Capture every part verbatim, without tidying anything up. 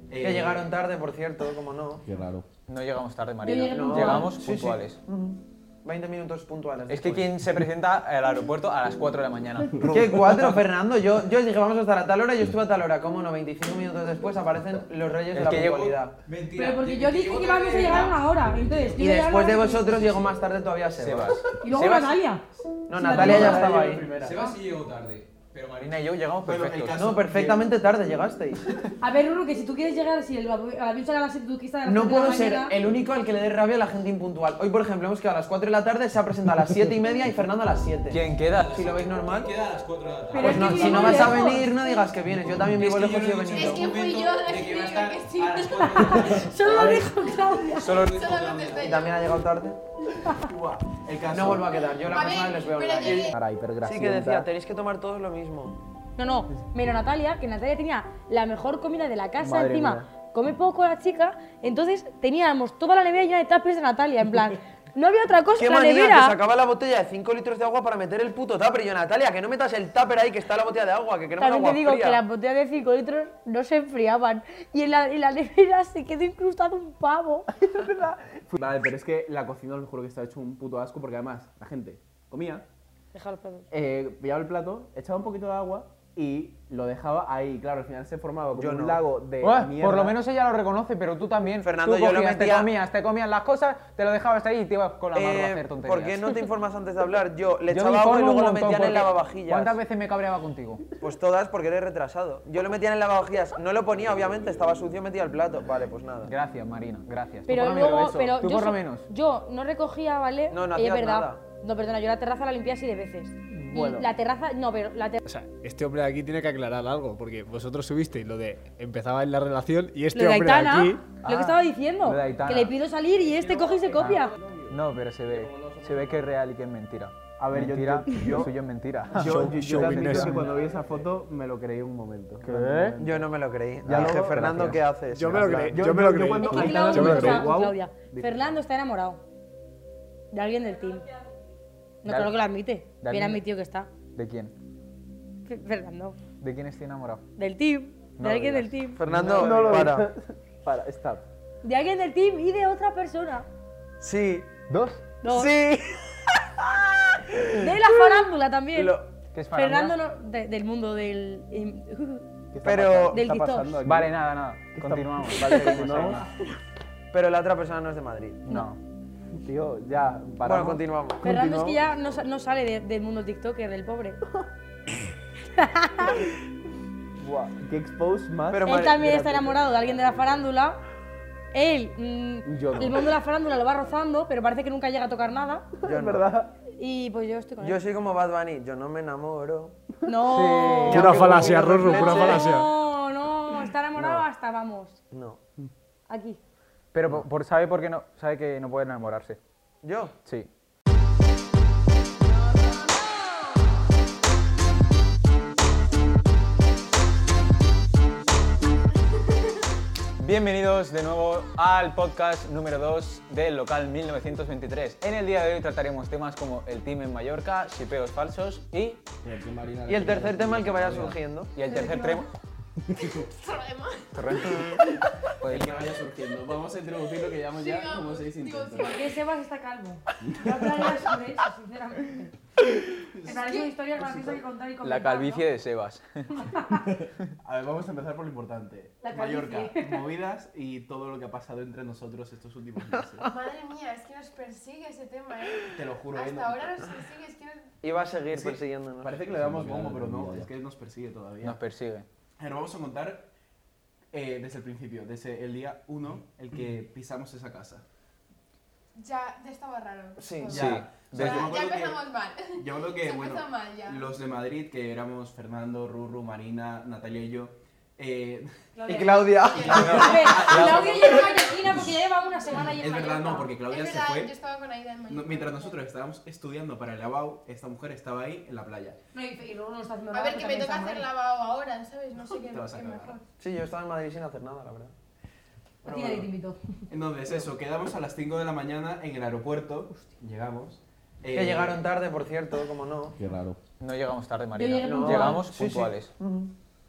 Eh, que llegaron tarde, por cierto, como no. Qué raro. No llegamos tarde, Marina. No. Llegamos Sí, puntuales. Sí. Uh-huh. veinte minutos puntuales. Es que quien se presenta al aeropuerto a las cuatro de la mañana. ¿Qué cuatro, Fernando? Yo, yo dije, vamos a estar a tal hora, yo estuve a tal hora. ¿Cómo no? veinticinco minutos después aparecen los reyes de la puntualidad. Mentira. Pero porque yo dije que íbamos a llegar a una hora, entonces... Y después de vosotros llegó más tarde todavía Sebas. Y luego Natalia. No, Natalia ya estaba ahí. Sebas sí llegó tarde. Pero Marina y yo llegamos perfectos. No, perfectamente tarde llegasteis. A ver, Ruru, que si tú quieres llegar, si el avión sale a las siete, tú quieres estar a las No siete de la puedo ser mañana... el único al que le dé rabia a la gente impuntual. Hoy, por ejemplo, hemos quedado a las cuatro de la tarde, se ha presentado a las siete y media y Fernando a las siete. ¿Quién queda? Si lo veis normal. ¿Quién queda a las cuatro de la tarde? Pues no, si no vas a venir, no digas que vienes. Yo también vivo lejos y he venido. Es que fui yo la que dijo que sí. Solo lo dijo Claudia. Solo ¿Y también ha llegado tarde? El caso. No vuelvo a quedar, yo la persona les veo hablar. Para hipergrasienta. Sí que decía, tenéis que tomar todos lo mismo. No, no, menos Natalia, que Natalia tenía la mejor comida de la casa, Madre encima mía. come poco la chica, entonces teníamos toda la nevera llena de tuppers de Natalia, en plan, no había otra cosa Qué en la manía, nevera. que sacaba la botella de cinco litros de agua para meter el puto tupper. Y yo, Natalia, que no metas el tupper ahí, que está la botella de agua, que queremos También agua te digo fría. que las botellas de cinco litros no se enfriaban y en la, en la nevera se quedó incrustado un pavo. Vale, pero es que la cocina os lo juro que está hecho un puto asco porque además la gente comía, Deja los platos. eh, pillaba el plato, echaba un poquito de agua y lo dejaba ahí. Claro, al final se formaba como Yo un no. lago de Buah, mierda. por lo menos ella lo reconoce, pero tú también. Fernando, tú yo lo cogías, metía- te comías, te comías las cosas, te lo dejabas ahí y te ibas con la mano a Eh, hacer tonterías. ¿Por qué no te informas antes de hablar? Yo le Yo me echaba agua y informo luego un lo montón, metían en porque lavavajillas. ¿Cuántas veces me cabreaba contigo? Pues todas, porque eres retrasado. Yo lo metía en el lavavajillas, no lo ponía, obviamente, estaba sucio, metía el plato. Vale, pues nada. Gracias, Marina, gracias. Pero tú por lo luego, menos, pero tú yo, por lo so- menos. yo no recogía, ¿vale? No, no Y es hacías verdad. nada. No, perdona, yo la terraza la limpié así de veces. Bueno. Y la terraza, no, pero la terraza... O sea, este hombre de aquí tiene que aclarar algo, porque vosotros subisteis lo de empezaba en la relación y este Lo de hombre de Aitana, aquí... lo que Ah, estaba diciendo, lo de Aitana. que le pido salir y este coge y se copia. No, pero se ve. Se ve que es real y que es mentira. A ver, yo- mentira, yo- yo- lo suyo es mentira. Yo, Show- yo, yo show te admito business. que cuando vi esa foto me lo creí un momento. ¿Qué? Yo no me lo creí. Ya Dije, luego, Fernando, gracias. ¿qué haces? Yo me lo En plan, creí, yo- yo me lo yo creí. cuando- Es que Aitana Claudia, se me lo o sea, creí. Guau. Claudia, Dime. Fernando está enamorado de alguien del team. No ¿De creo al- que lo admite. de Bien alguien? admitido que está. ¿De quién? F- Fernando. ¿De quién estoy enamorado? Del team. No De lo alguien del digas. team. Fernando, No lo para. digas. Para, stop. De alguien del team y de otra persona. Sí. ¿Dos? No. Sí. De la farándula también. Lo- ¿Qué es farándula? Fernando no, de- del mundo del... em, ¿Qué está Pero- pasando? ¿Qué Del está TikTok. pasando aquí? Vale, nada, nada. ¿Qué está- Continuamos. Vale, Seguimos, continuamos. seguimos. Pero la otra persona no es de Madrid. No. Tío, ya, Bueno, paramos. continuamos. Fernando es que ya no, sa- no sale de- del mundo TikToker, del pobre. Buah, ¿qué expose más? Pero Él Mari- también está enamorado de alguien de la farándula. Él, mm, Yo no. el mundo de la farándula lo va rozando, pero parece que nunca llega a tocar nada. Yo Es no. verdad. Y pues yo estoy con él. Yo soy como Bad Bunny, yo no me enamoro. No. Pura falacia, Rorro, pura Sí. falacia. No, no, está enamorado No. hasta vamos. No. Aquí. Pero por, por- sabe por qué no, sabe que no puede enamorarse. ¿Yo? Sí. Bienvenidos de nuevo al podcast número dos del local mil novecientos veintitrés. En el día de hoy trataremos temas como el team en Mallorca, shipeos falsos y, Y el tercer tema, el que vaya surgiendo. y el tercer tema. El que vaya surgiendo. Vamos a introducir lo que llevamos ya como seis intentos. ¿Por qué Sebas está calvo? Yo hablaría sobre eso, sinceramente. Me parece una historia graciosa que contar y comentar. La calvicie de Sebas. A ver, vamos a empezar por lo importante. La Mallorca, calvicie. movidas y todo lo que ha pasado entre nosotros estos últimos meses. Madre mía, es que nos persigue ese tema, ¿eh? Te lo juro, ¿eh? Hasta No- ahora nos persigue, es que nos... Iba a seguir Sí, persiguiéndonos. Parece que le damos bombo, pero no, es que nos persigue todavía. Nos persigue. Pero vamos a contar eh, desde el principio, desde el día uno, el que pisamos esa casa. Ya, ya estaba raro. Sí. todo. Sí. Ya, o sea, Ya, yo me ya acuerdo que- empezamos mal. Yo creo que, Se bueno, empezó mal ya. los de Madrid, que éramos Fernando, Rurru, Marina, Natalia y yo, eh, Y Claudia. A ver, Claudia llega a Mallorquina porque ya llevamos una semana y es verdad, no, porque Claudia Es se verdad, fue. yo estaba con Aida en Mallorca. No, mientras nosotros estábamos estudiando para el lavabo, esta mujer estaba ahí en la playa. No, y, y luego no está haciendo A nada. ver, que me también toca está hacer mal. lavado ahora, ¿sabes? No sé qué, Te vas a qué cagar. mejor. Sí, yo estaba en Madrid sin hacer nada, la verdad. A ti nadie te invitó. Entonces, eso, quedamos a las cinco de la mañana en el aeropuerto. Llegamos. Que eh, llegaron tarde, por cierto, como no. Qué raro. No llegamos tarde, Marina. llegué No. Llegamos Sí, sí. puntuales. Ujú.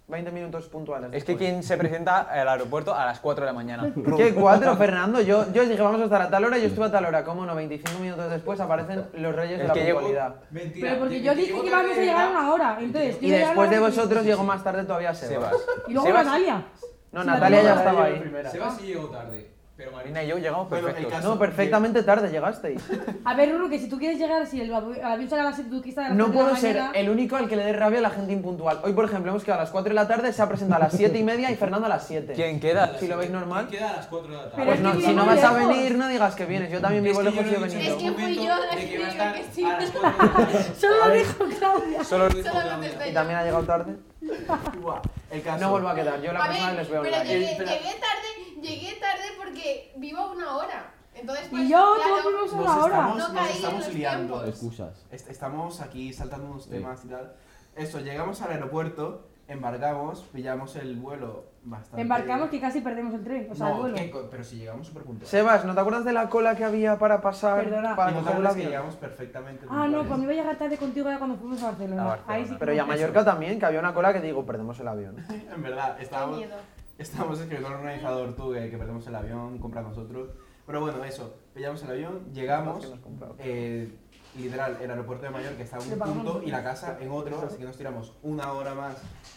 veinte minutos puntuales. Es que después. quien se presenta al aeropuerto a las cuatro de la mañana. ¿Qué cuatro, Fernando? Yo, yo dije, vamos a estar a tal hora y yo estuve a tal hora. ¿Cómo no? veinticinco minutos después aparecen los reyes de El la que llegó- puntualidad. Mentira. Pero porque que- yo que dije llegó que tarde íbamos a de llegar a verdad. una hora. Entonces, Y yo ya después de hablaba- vosotros llegó más tarde todavía Sebas. Sebas. Y luego Sebas- Natalia. No, Sí, Natalia ya Natalia estaba llegó ahí. primera. Sebas sí llegó tarde. Pero Marina y yo llegamos Bueno, el perfectos. caso- No, perfectamente tarde llegasteis. A ver, Ruru, que si tú quieres llegar, si el avi- el avión sale a las siete, tú quieres estar a las No siete de la puedo ser mañana, el único al que le dé rabia a la gente impuntual. Hoy, por ejemplo, hemos quedado a las cuatro de la tarde, se ha presentado a las siete y media y Fernando a las siete. ¿Quién queda? Si lo veis normal. ¿Quién queda a las cuatro de la tarde? Pero Pues es no, que si vivo no muy vas a lejos. venir, no digas que vienes. Yo también vivo Es que lejos y yo he no he dicho venido. Es que en fui ningún yo momento la de que que iba a dijo estar que sí. a las cuatro de la tarde. Solo lo dijo Claudia. Solo lo dijo Solamente Claudia. estoy Y yo. también ha llegado tarde. Buah, el caso. No vuelvo a quedar. Yo la A próxima ver, vez les veo pero online. llegué, Espera. llegué tarde, llegué tarde porque vivo a una hora. Entonces, pues, Y yo, claro, todos vivimos a Nos una hora. estamos, No nos caí en estamos los liando. tiempos. Excusas. Est- Estamos aquí saltando unos temas y tal. Eso, llegamos al aeropuerto, embarcamos, pillamos el vuelo bastante... Embarcamos que casi perdemos el tren, o sea, el No, vuelo. ¿qué co- pero si llegamos súper puntuales. Sebas, ¿no te acuerdas de la cola que había para pasar? Perdona. Para Y no te coger el acuerdas que avión? llegamos perfectamente Ah, puntuales. no, cuando iba a llegar tarde contigo era cuando fuimos a Barcelona. A Barcelona. Ahí sí que Pero y a no- Mallorca también, que había una cola que digo, perdemos el avión. En verdad, Qué estábamos, miedo. estábamos escribiendo al organizador tú que, que perdemos el avión, compra nosotros. Pero bueno, eso, pillamos el avión, llegamos, Que nos compramos. eh, literal, el aeropuerto de Mallorca está a Le un pagamos punto y la nosotros. casa en otro, así que nos tiramos una hora más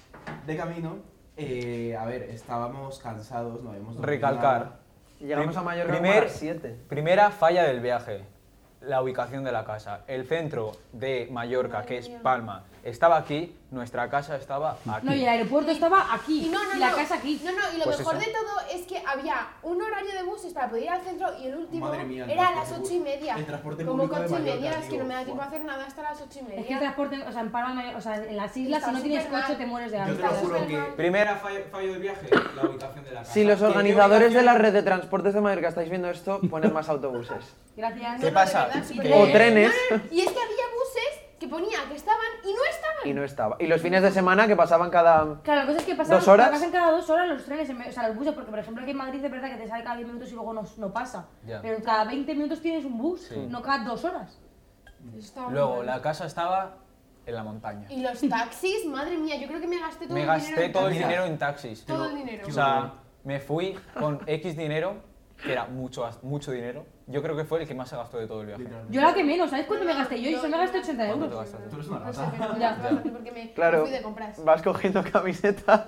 de camino. Eh, a ver, estábamos cansados, no habíamos dormido Recalcar. nada. Y llegamos a Mallorca como a Primer- las siete. Primera falla del viaje. La ubicación de la casa. El centro de Mallorca, Madre que es mía. Palma, estaba aquí, nuestra casa estaba aquí. No, y el aeropuerto estaba aquí. Y no, no, y la no. casa aquí. No, no, y lo Pues mejor eso. de todo es que había un horario de buses para poder ir al centro y el último Madre mía, el era a las transporte ocho y media. el transporte Como público que de ocho y Mallorca, media, es que digo, no me da tiempo a buah. hacer nada hasta las ocho y media. Es que el transporte, o sea, en Palma, o sea, en las islas, Está si no tienes súper coche mal. te mueres de Yo hambre. te lo Está juro súper que... mal. Primera fallo, fallo del viaje, la ubicación de la casa. Si los ¿Qué- qué organizadores de ubicación? la red de transportes de Mallorca estáis viendo esto, ponen más autobuses. Gracias. ¿Qué No, no, pasa? de verdad, súper Que- O bien. trenes. No, no, no. Y es que había buses que ponía que estaban y no estaban. Y no estaba. Y los fines de semana que pasaban cada... Claro, la cosa es que pasaban, ¿Dos horas? pasan cada dos horas los trenes, en vez- o sea, los buses, porque por ejemplo aquí en Madrid es verdad que te sale cada diez minutos y luego no, no pasa. Ya. Pero cada veinte minutos tienes un bus, Sí. no cada dos horas. Estaba muy Luego, mal. la casa estaba en la montaña. Y los taxis, madre mía, yo creo que me gasté todo Me el gasté dinero. en todo el taxis. dinero en taxis. Todo el dinero. O sea, me fui con X dinero, que era mucho, mucho dinero. Yo creo que fue el que más se gastó de todo el viaje. Literalmente. Yo la que menos, ¿sabes cuánto No, me gasté yo? Y yo- solo me gasté ochenta ¿Cuánto te euros. gastaste? Tú eres una No sé, rata. pero me Ya. gasté bastante porque me Claro. me fui de compras. Vas cogiendo camisetas.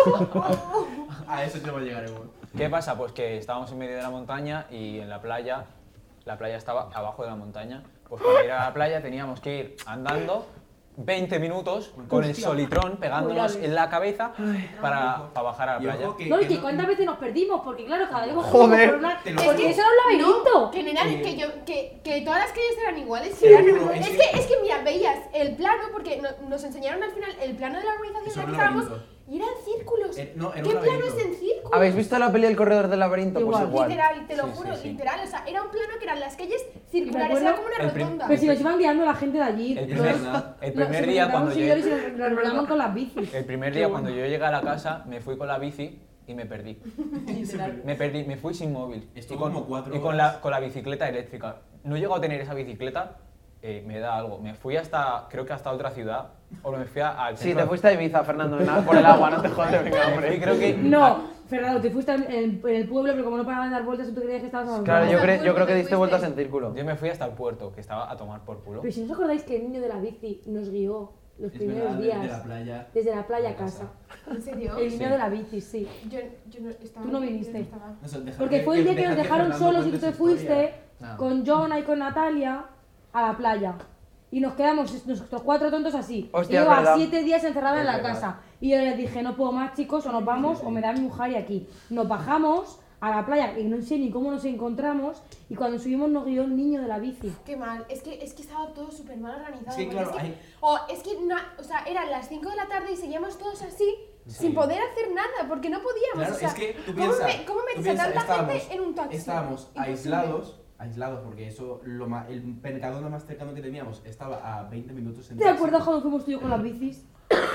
A eso ya llegaremos. ¿Qué pasa? Pues que estábamos en medio de la montaña y en la playa, la playa estaba abajo de la montaña. Pues para ir a la playa teníamos que ir andando veinte minutos con el solitrón pegándonos Uy, en la cabeza para, para bajar a la Y playa. ojo que... No, y que que no- cuántas veces nos perdimos, porque claro, cada vez Joder. por una- Te lo Porque juro. eso era un laberinto. No, que, en general, Eh, que, yo, que, que todas las calles eran iguales. Te que lo eran- juro, es, es que, que- es que, mira, veías el plano, porque no- nos enseñaron al final el plano de la urbanización Eso en la que era un estábamos, laberinto. y eran círculos. Eh, no, era ¿Qué un plano laberinto. es en círculos? ¿Habéis visto la peli El corredor del laberinto? Pues Igual. igual. Literal, te lo Sí, juro, sí, sí. literal. O sea, era un plano que eran las calles Y me circulares, acuerdo- era como una el prim- rotonda. Pero si nos iban guiando la gente de allí. El todos- primer, verdad. el no, primer se día montaban cuando un yo, seguidor y se nos rolaban con las bicis. el primer día cuando yo llegué a la casa me fui con la bici y me perdí. Me perdí, me fui sin móvil. Estuvo y con, como cuatro y con horas. la, con la bicicleta eléctrica. No llego a tener esa bicicleta, eh, me da algo. Me fui hasta, creo que hasta otra ciudad, o me fui a- al Sí, centro. te fuiste a Ibiza, Fernando, en la- por el agua, no te jodas, venga, Me fui, hombre. creo que... No, Fernando, te fuiste en el, en el pueblo, pero como no paraban de dar vueltas, tú creías que estabas a Claro, yo, Hasta cre- el yo puerto creo que te diste fuiste. vueltas en círculo. Yo me fui hasta el puerto, que estaba a tomar por culo. Pero si no os acordáis que el niño de la bici nos guió los Es primeros verdad, días de la playa. desde la playa a a casa. casa. ¿En serio? El niño Sí. de la bici, sí. Yo, yo no estaba. Tú no yo viniste. estaba. No sé, deja Porque fue el día que nos deja dejaron Fernando solos y tú cuente te su historia. fuiste Ah. con Jonah y con Natalia a la playa. Y nos quedamos nosotros cuatro tontos así. Hostia, y es llevaba verdad. siete días encerrada en Es la verdad. casa. Y yo les dije, no puedo más chicos, o nos vamos o me da mi mujer y aquí. Nos bajamos a la playa, y no sé ni cómo nos encontramos, y cuando subimos nos guió el niño de la bici. Qué mal, es que, es que estaba todo súper mal organizado. Es que, porque claro, es que, hay- o, es que no, o sea, eran las cinco de la tarde y seguíamos todos así, sin poder hacer nada, porque no podíamos. Claro, o sea, es que tú ¿cómo, piensas, me- ¿cómo tú metes a piensas, tanta estábamos- gente en un taxi? Estábamos Imposible. aislados, aislados porque eso, lo ma- el mercadona más cercano que teníamos estaba a veinte minutos en ¿Te taxi. acuerdas cuando fuimos tú y yo con las bicis?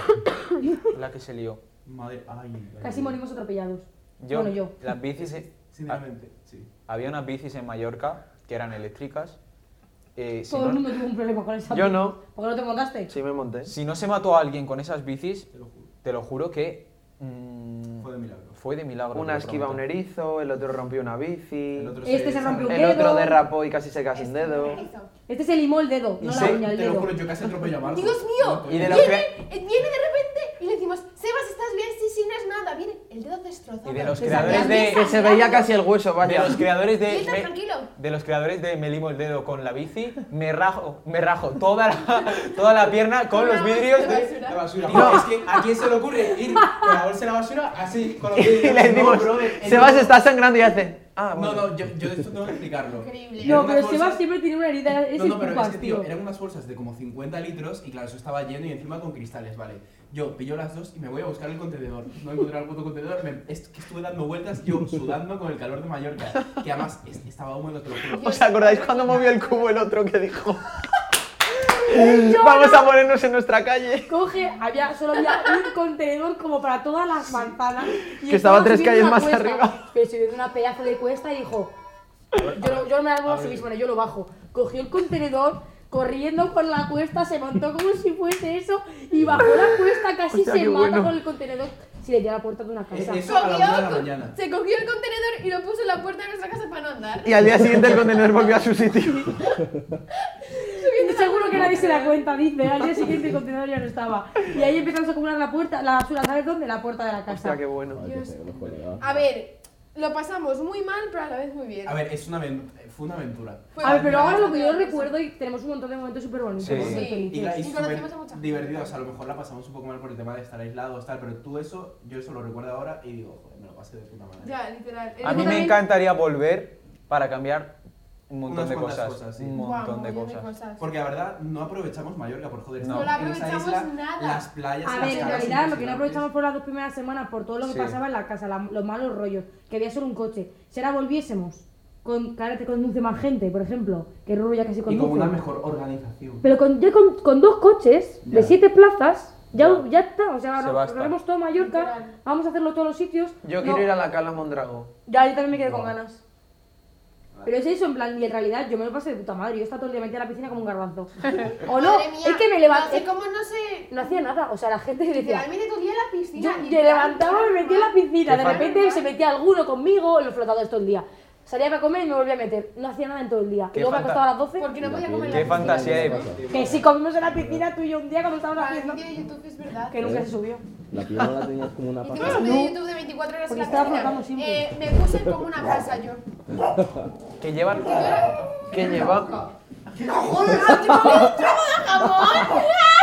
La que se lió. Madre, ay, ay, Casi ay. morimos atropellados. Yo, Bueno, yo. Las bicis... Sinceramente, sí. Había unas bicis en Mallorca que eran eléctricas. Eh, si, Todo el no, mundo tuvo un problema con esa Yo bici. no. ¿Por qué no te montaste? Sí me monté. si no se mató a alguien con esas bicis, Te lo juro. te lo juro que Mm, Fue de milagro. Fue de milagro. Una te lo esquiva a un prometo. erizo, el otro rompió una bici, El otro Este se rompió un el otro dedo. derrapó y casi se queda sin dedo. Este se limó el dedo, no Y la sí, uña, el te lo dedo. juro, yo casi atropello a Marco. Dios mío, Y de viene, los que- eh, viene de repente y le decimos, Sebas, ¿estás bien? Sí, sí, no es nada. Viene el dedo destrozado. Y de los Se creadores salía de- Que se veía casi el hueso, De vaya. los creadores Y de. él tan me- tranquilo. De los creadores de Me limo el dedo con la bici, me rajo, me rajo toda la, toda la pierna con Con los una vidrios bolsa de de. La basura. No. Es que ¿a quién se le ocurre ir con la bolsa de la basura así, con los Y dedos? le decimos, No, brother, el Sebas dedo- está sangrando y hace... Ah, No, bueno. no, yo, yo de esto tengo que explicarlo. Increíble. No, Eran pero unas Sebas bolsas- siempre tiene una herida, es No, el no, pero es culpas, que, tío, tío. eran unas bolsas de como cincuenta litros y claro, eso estaba lleno y encima con cristales, vale. Yo pillo las dos y me voy a buscar el contenedor. No encontré el puto contenedor, me- es que estuve dando vueltas yo sudando con el calor de Mallorca, que además es- estaba húmedo, te lo juro. ¿Os acordáis cuando movió el cubo el otro que dijo? Vamos a ponernos en nuestra calle. Coge, había, solo había un contenedor como para todas las manzanas. y Que estaba tres subiendo calles una más cuesta, arriba. Pero subiendo una pedazo de cuesta y dijo, yo, no- yo no me la puedo subir, bueno, yo lo bajo. Cogió el contenedor, corriendo por la cuesta, se montó como si fuese eso y bajó la cuesta, casi Hostia, se qué mata bueno. con el contenedor. Si le dio a la puerta de una casa. Eso a la una de la Cogió, mañana. se cogió el contenedor y lo puso en la puerta de nuestra casa para no andar. Y al día siguiente el contenedor volvió a su sitio. Y seguro que nadie se da cuenta, dice. Al día siguiente el contenedor ya no estaba. Y ahí empezamos a acumular la puerta, la basura, ¿sabes dónde? La puerta de la casa. Hostia, qué bueno. Dios. A ver, lo pasamos muy mal, pero a la vez muy bien. A ver, es una aven- fue una aventura. Fue A ver, pero ahora lo que yo bastante recuerdo y tenemos un montón de momentos súper bonitos. Sí. muy Sí. felices. Y, la- y Y conocimos a súper mucha gente. divertidos, a lo mejor la pasamos un poco mal por el tema de estar aislados, tal, pero tú eso, yo eso lo recuerdo ahora y digo, joder, me lo pasé de puta madre. Ya, literal. A mí me también- encantaría volver para cambiar un montón Unas de cuantas cosas. cosas, sí. Un Buah, montón de mogollón cosas. Porque la verdad no aprovechamos Mallorca por joder. No. estamos No la en esa aprovechamos isla, nada. Las playas, A las ver, en caras realidad lo que no impresionantes. aprovechamos fueron las dos primeras semanas por todo lo que Sí. pasaba en la casa, la- los malos rollos, que había solo un coche. Si ahora volviésemos, con, que ahora te conduce más gente, por ejemplo, que Ruru ya casi Y conduce. con una mejor organización. Pero con, ya con, con dos coches de Ya. siete plazas, ya, ya está. O sea, Se nos basta. recorremos todo Mallorca, Literal. vamos a hacerlo todos los sitios. Yo No, quiero ir a la Cala Mondrago. Ya, yo también me quedé con ganas. Pero es eso, en plan, y en realidad yo me lo pasé de puta madre. Yo estaba todo el día metida en la piscina como un garbanzo. o no, Madre mía, es que me No levanté. sé cómo no sé. No hacía nada, o sea, la gente decía. Literalmente todo el día en la piscina. Yo me literal. levantaba, me metía en la piscina, de Qué repente fan- se metía alguno conmigo en los flotadores todo el día. Salía para comer y me volvía a meter. No hacía nada en todo el día. Y Qué luego me fanta- acostaba a las doce. Porque no podía comer en Qué la piscina. fantasía de. Que si comimos en la piscina tú y yo un día cuando estábamos Para el haciendo. vídeo de YouTube es verdad. Que nunca se subió. La pijama la tenías como una Hicimos pasada. un vídeo de YouTube de veinticuatro horas en Porque la estaba piscina. flotando siempre. Eh, me puse como una casa yo. Que llevan. ¿Qué lleva? ¡Joder, tío, un trozo de jamón!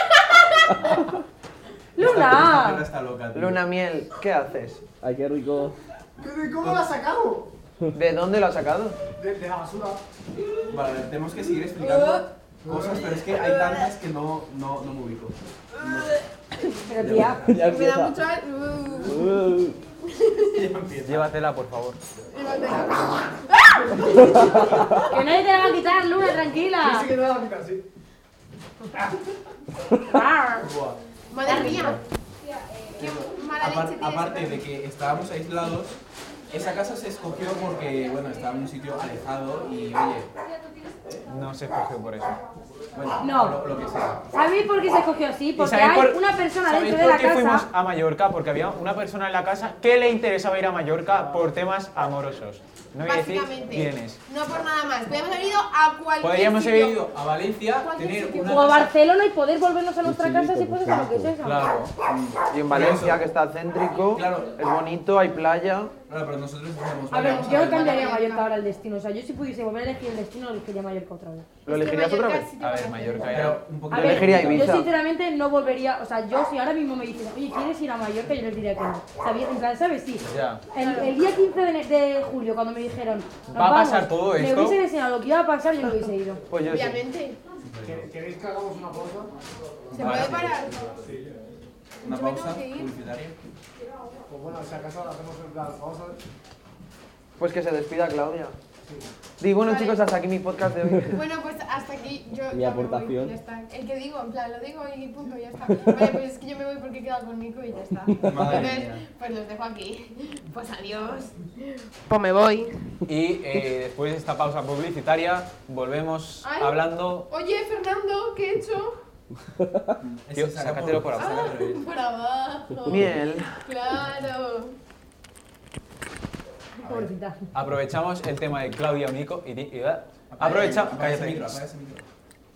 Esta ¡Luna! perra está loca, tío. Luna Miel, ¿qué haces? Ay, qué rico. ¿Cómo lo has sacado? ¿De dónde lo has sacado? De, de la basura. Vale, tenemos que seguir explicando cosas, pero es que hay tantas que no, no, no me ubico. Pero tía, Ya Me da empieza. mucho. Uh, Uh, Ya empieza. Llévatela, por favor. que nadie te la va a quitar, Luna, tranquila. Sí que te vas a quitar, sí. Arr. Buah. Madre mía. Qué mala Apar- leche tienes. aparte de que estábamos aislados, esa casa se escogió porque, bueno, estaba en un sitio alejado y, oye, No se escogió por eso. bueno, No. lo, lo que sea. ¿Sabéis por qué se escogió así? ¿Y Porque sabéis hay por- una persona ¿sabéis dentro de por la qué fuimos casa. a Mallorca? Porque había una persona en la casa que le interesaba ir a Mallorca por temas amorosos. No voy a decir Básicamente. quién es. No por nada más. Podríamos haber ido a cualquier Podríamos sitio. haber ido a Valencia, Cualquier tener sitio. una O a casa- Barcelona y poder volvernos a nuestra Un casa si chilito, puedes un a lo que sea. Claro. Y en Valencia, que está céntrico, Claro. es bonito, hay playa. Claro, pero nosotros decíamos, A vale, ver, vamos yo ver. cambiaría Mallorca ahora el destino. O sea, yo si pudiese volver a elegir el destino, elegiría Mallorca otra vez. ¿Lo Es que elegirías otra Mallorca vez? sí te A va ver, hacer. Mallorca era. Pero un A poquito Yo elegiría ver, Ibiza. yo sinceramente no volvería, o sea, yo si ahora mismo me dicen, oye, ¿quieres ir a Mallorca? Yo les diría que no. ¿Sabía? En plan, ¿sabes? Sí. Ya. El, el día quince de, de julio, cuando me dijeron, "Nos ¿Va a vamos", pasar todo me esto? hubiesen enseñado lo que iba a pasar, yo no hubiese ido. Pues yo sí. Obviamente. ¿Quer- ¿Queréis que hagamos una pausa? ¿Se Vale. puede parar? Una Yo me pausa tengo que ir. publicitaria. Pues bueno, si acaso la hacemos en plan pausa. Pues que se despida Claudia. Di, bueno Vale. chicos, hasta aquí mi podcast de hoy. Bueno, pues hasta aquí yo Mi ya me voy, aportación. ya está. El que digo, en plan, lo digo y punto, ya está. Vale, pues es que yo me voy porque he quedado con Nico y ya está. Madre Entonces, mía. pues los dejo aquí. Pues adiós. Pues me voy. Y eh, después de esta pausa publicitaria, volvemos Ay. hablando. Oye, Fernando, ¿qué he hecho? Ese Tío, saca sácatelo por por- abajo. Por abajo. Miel. Claro. Pobrecita. Aprovechamos el tema de Claudia Unico y... di- y aprovecha... Apaga ese Cállate. micro, apaga ese micro.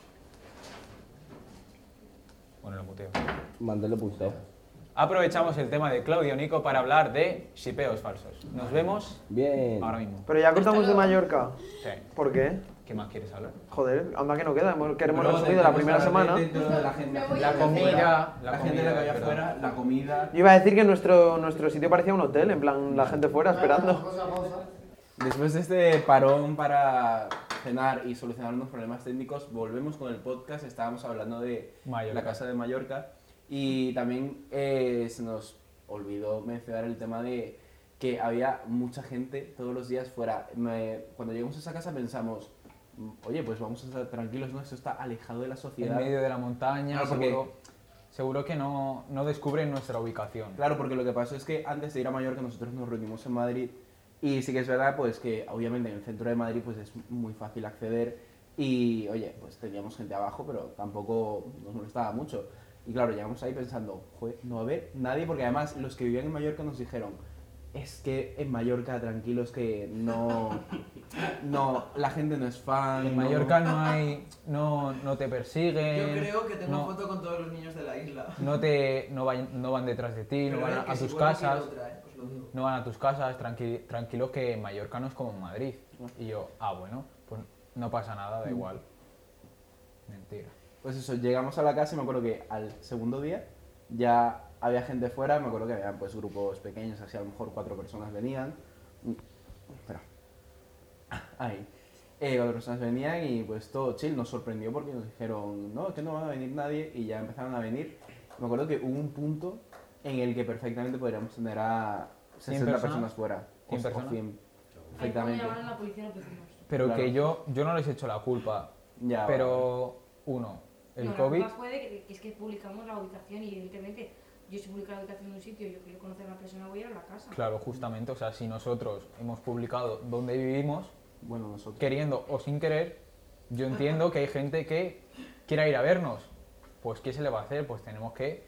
Bueno, lo muteo. Mándale pulsado. Aprovechamos el tema de Claudia Unico para hablar de shipeos falsos. Nos vemos Bien. ahora mismo. Pero ya cortamos de Mallorca. Sí. ¿Por qué? ¿Qué más quieres hablar? Joder, anda que no queda, hemos- que hemos Luego resumido la tendremos primera que semana. hablar de- de la gente, Me voy La a comida, fuera, la la gente comida, de la que había es afuera, verdad. la comida. Yo iba a decir que nuestro, nuestro sitio parecía un hotel, en plan, la gente fuera esperando. Después de este parón para cenar y solucionar unos problemas técnicos, volvemos con el podcast. Estábamos hablando de Mallorca. la casa de Mallorca y también eh, se nos olvidó mencionar el tema de que había mucha gente todos los días fuera. Me- cuando llegamos a esa casa pensamos, oye, pues vamos a estar tranquilos, ¿no? Esto está alejado de la En sociedad. medio de la montaña, Claro, porque- seguro, seguro que no, no descubren nuestra ubicación. Claro, porque lo que pasó es que antes de ir a Mallorca nosotros nos reunimos en Madrid y sí que es verdad pues que obviamente en el centro de Madrid pues es muy fácil acceder y oye, pues teníamos gente abajo pero tampoco nos molestaba mucho. Y claro, llegamos ahí pensando, joder, no va a haber nadie porque además los que vivían en Mallorca nos dijeron, es que en Mallorca tranquilos que no, no, la gente no es fan. En no- Mallorca no hay, no, no te persiguen. Yo creo que tengo no, foto con todos los niños de la isla. no te, no, van, no van detrás de ti, no van a, a tus casas, no van a tus casas, tranqui- tranquilos que en Mallorca no es como en Madrid. Y yo, ah bueno, pues no pasa nada, da igual. Mentira. Pues eso, llegamos a la casa y me acuerdo que al segundo día ya había gente fuera, me acuerdo que habían pues grupos pequeños, así a lo mejor cuatro personas venían. Mm, Espera. Ahí. Eh, cuatro personas venían y pues todo chill, nos sorprendió porque nos dijeron, no, es que no van a venir nadie y ya empezaron a venir. Me acuerdo que hubo un punto en el que perfectamente podríamos tener a sesenta personas? personas fuera. O- ¿cien o personas? cien, perfectamente. Llamaron a la policía y lo pusimos. Pero Claro. que yo, yo no les echo la culpa. Ya, pero, uno, el no, COVID... La culpa fue de que, que es que publicamos la ubicación y evidentemente yo si publico la ubicación de un sitio y yo quiero conocer a una persona voy a ir a la casa. Claro, justamente, o sea, si nosotros hemos publicado dónde vivimos, Bueno, nosotros. queriendo o sin querer, yo entiendo que hay gente que quiera ir a vernos. Pues, ¿qué se le va a hacer? Pues tenemos que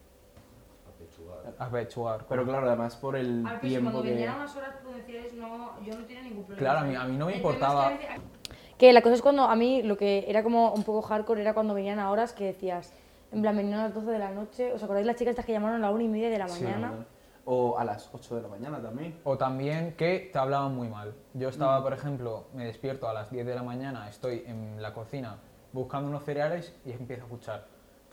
apechugar. Pero claro, además por el A ver, pero si tiempo cuando que... venían a unas horas prudenciales no, yo no tenía ningún problema. Claro, a mí- a mí no me El problema importaba. es que, a veces- que la cosa es cuando a mí lo que era como un poco hardcore era cuando venían a horas que decías, en plan, venían a las doce de la noche, ¿os acordáis las chicas estas que llamaron a la una y media de la Sí, mañana? O a las ocho de la mañana también. O también que te hablaban muy mal. Yo estaba, por ejemplo, me despierto a las diez de la mañana, estoy en la cocina buscando unos cereales y empiezo a escuchar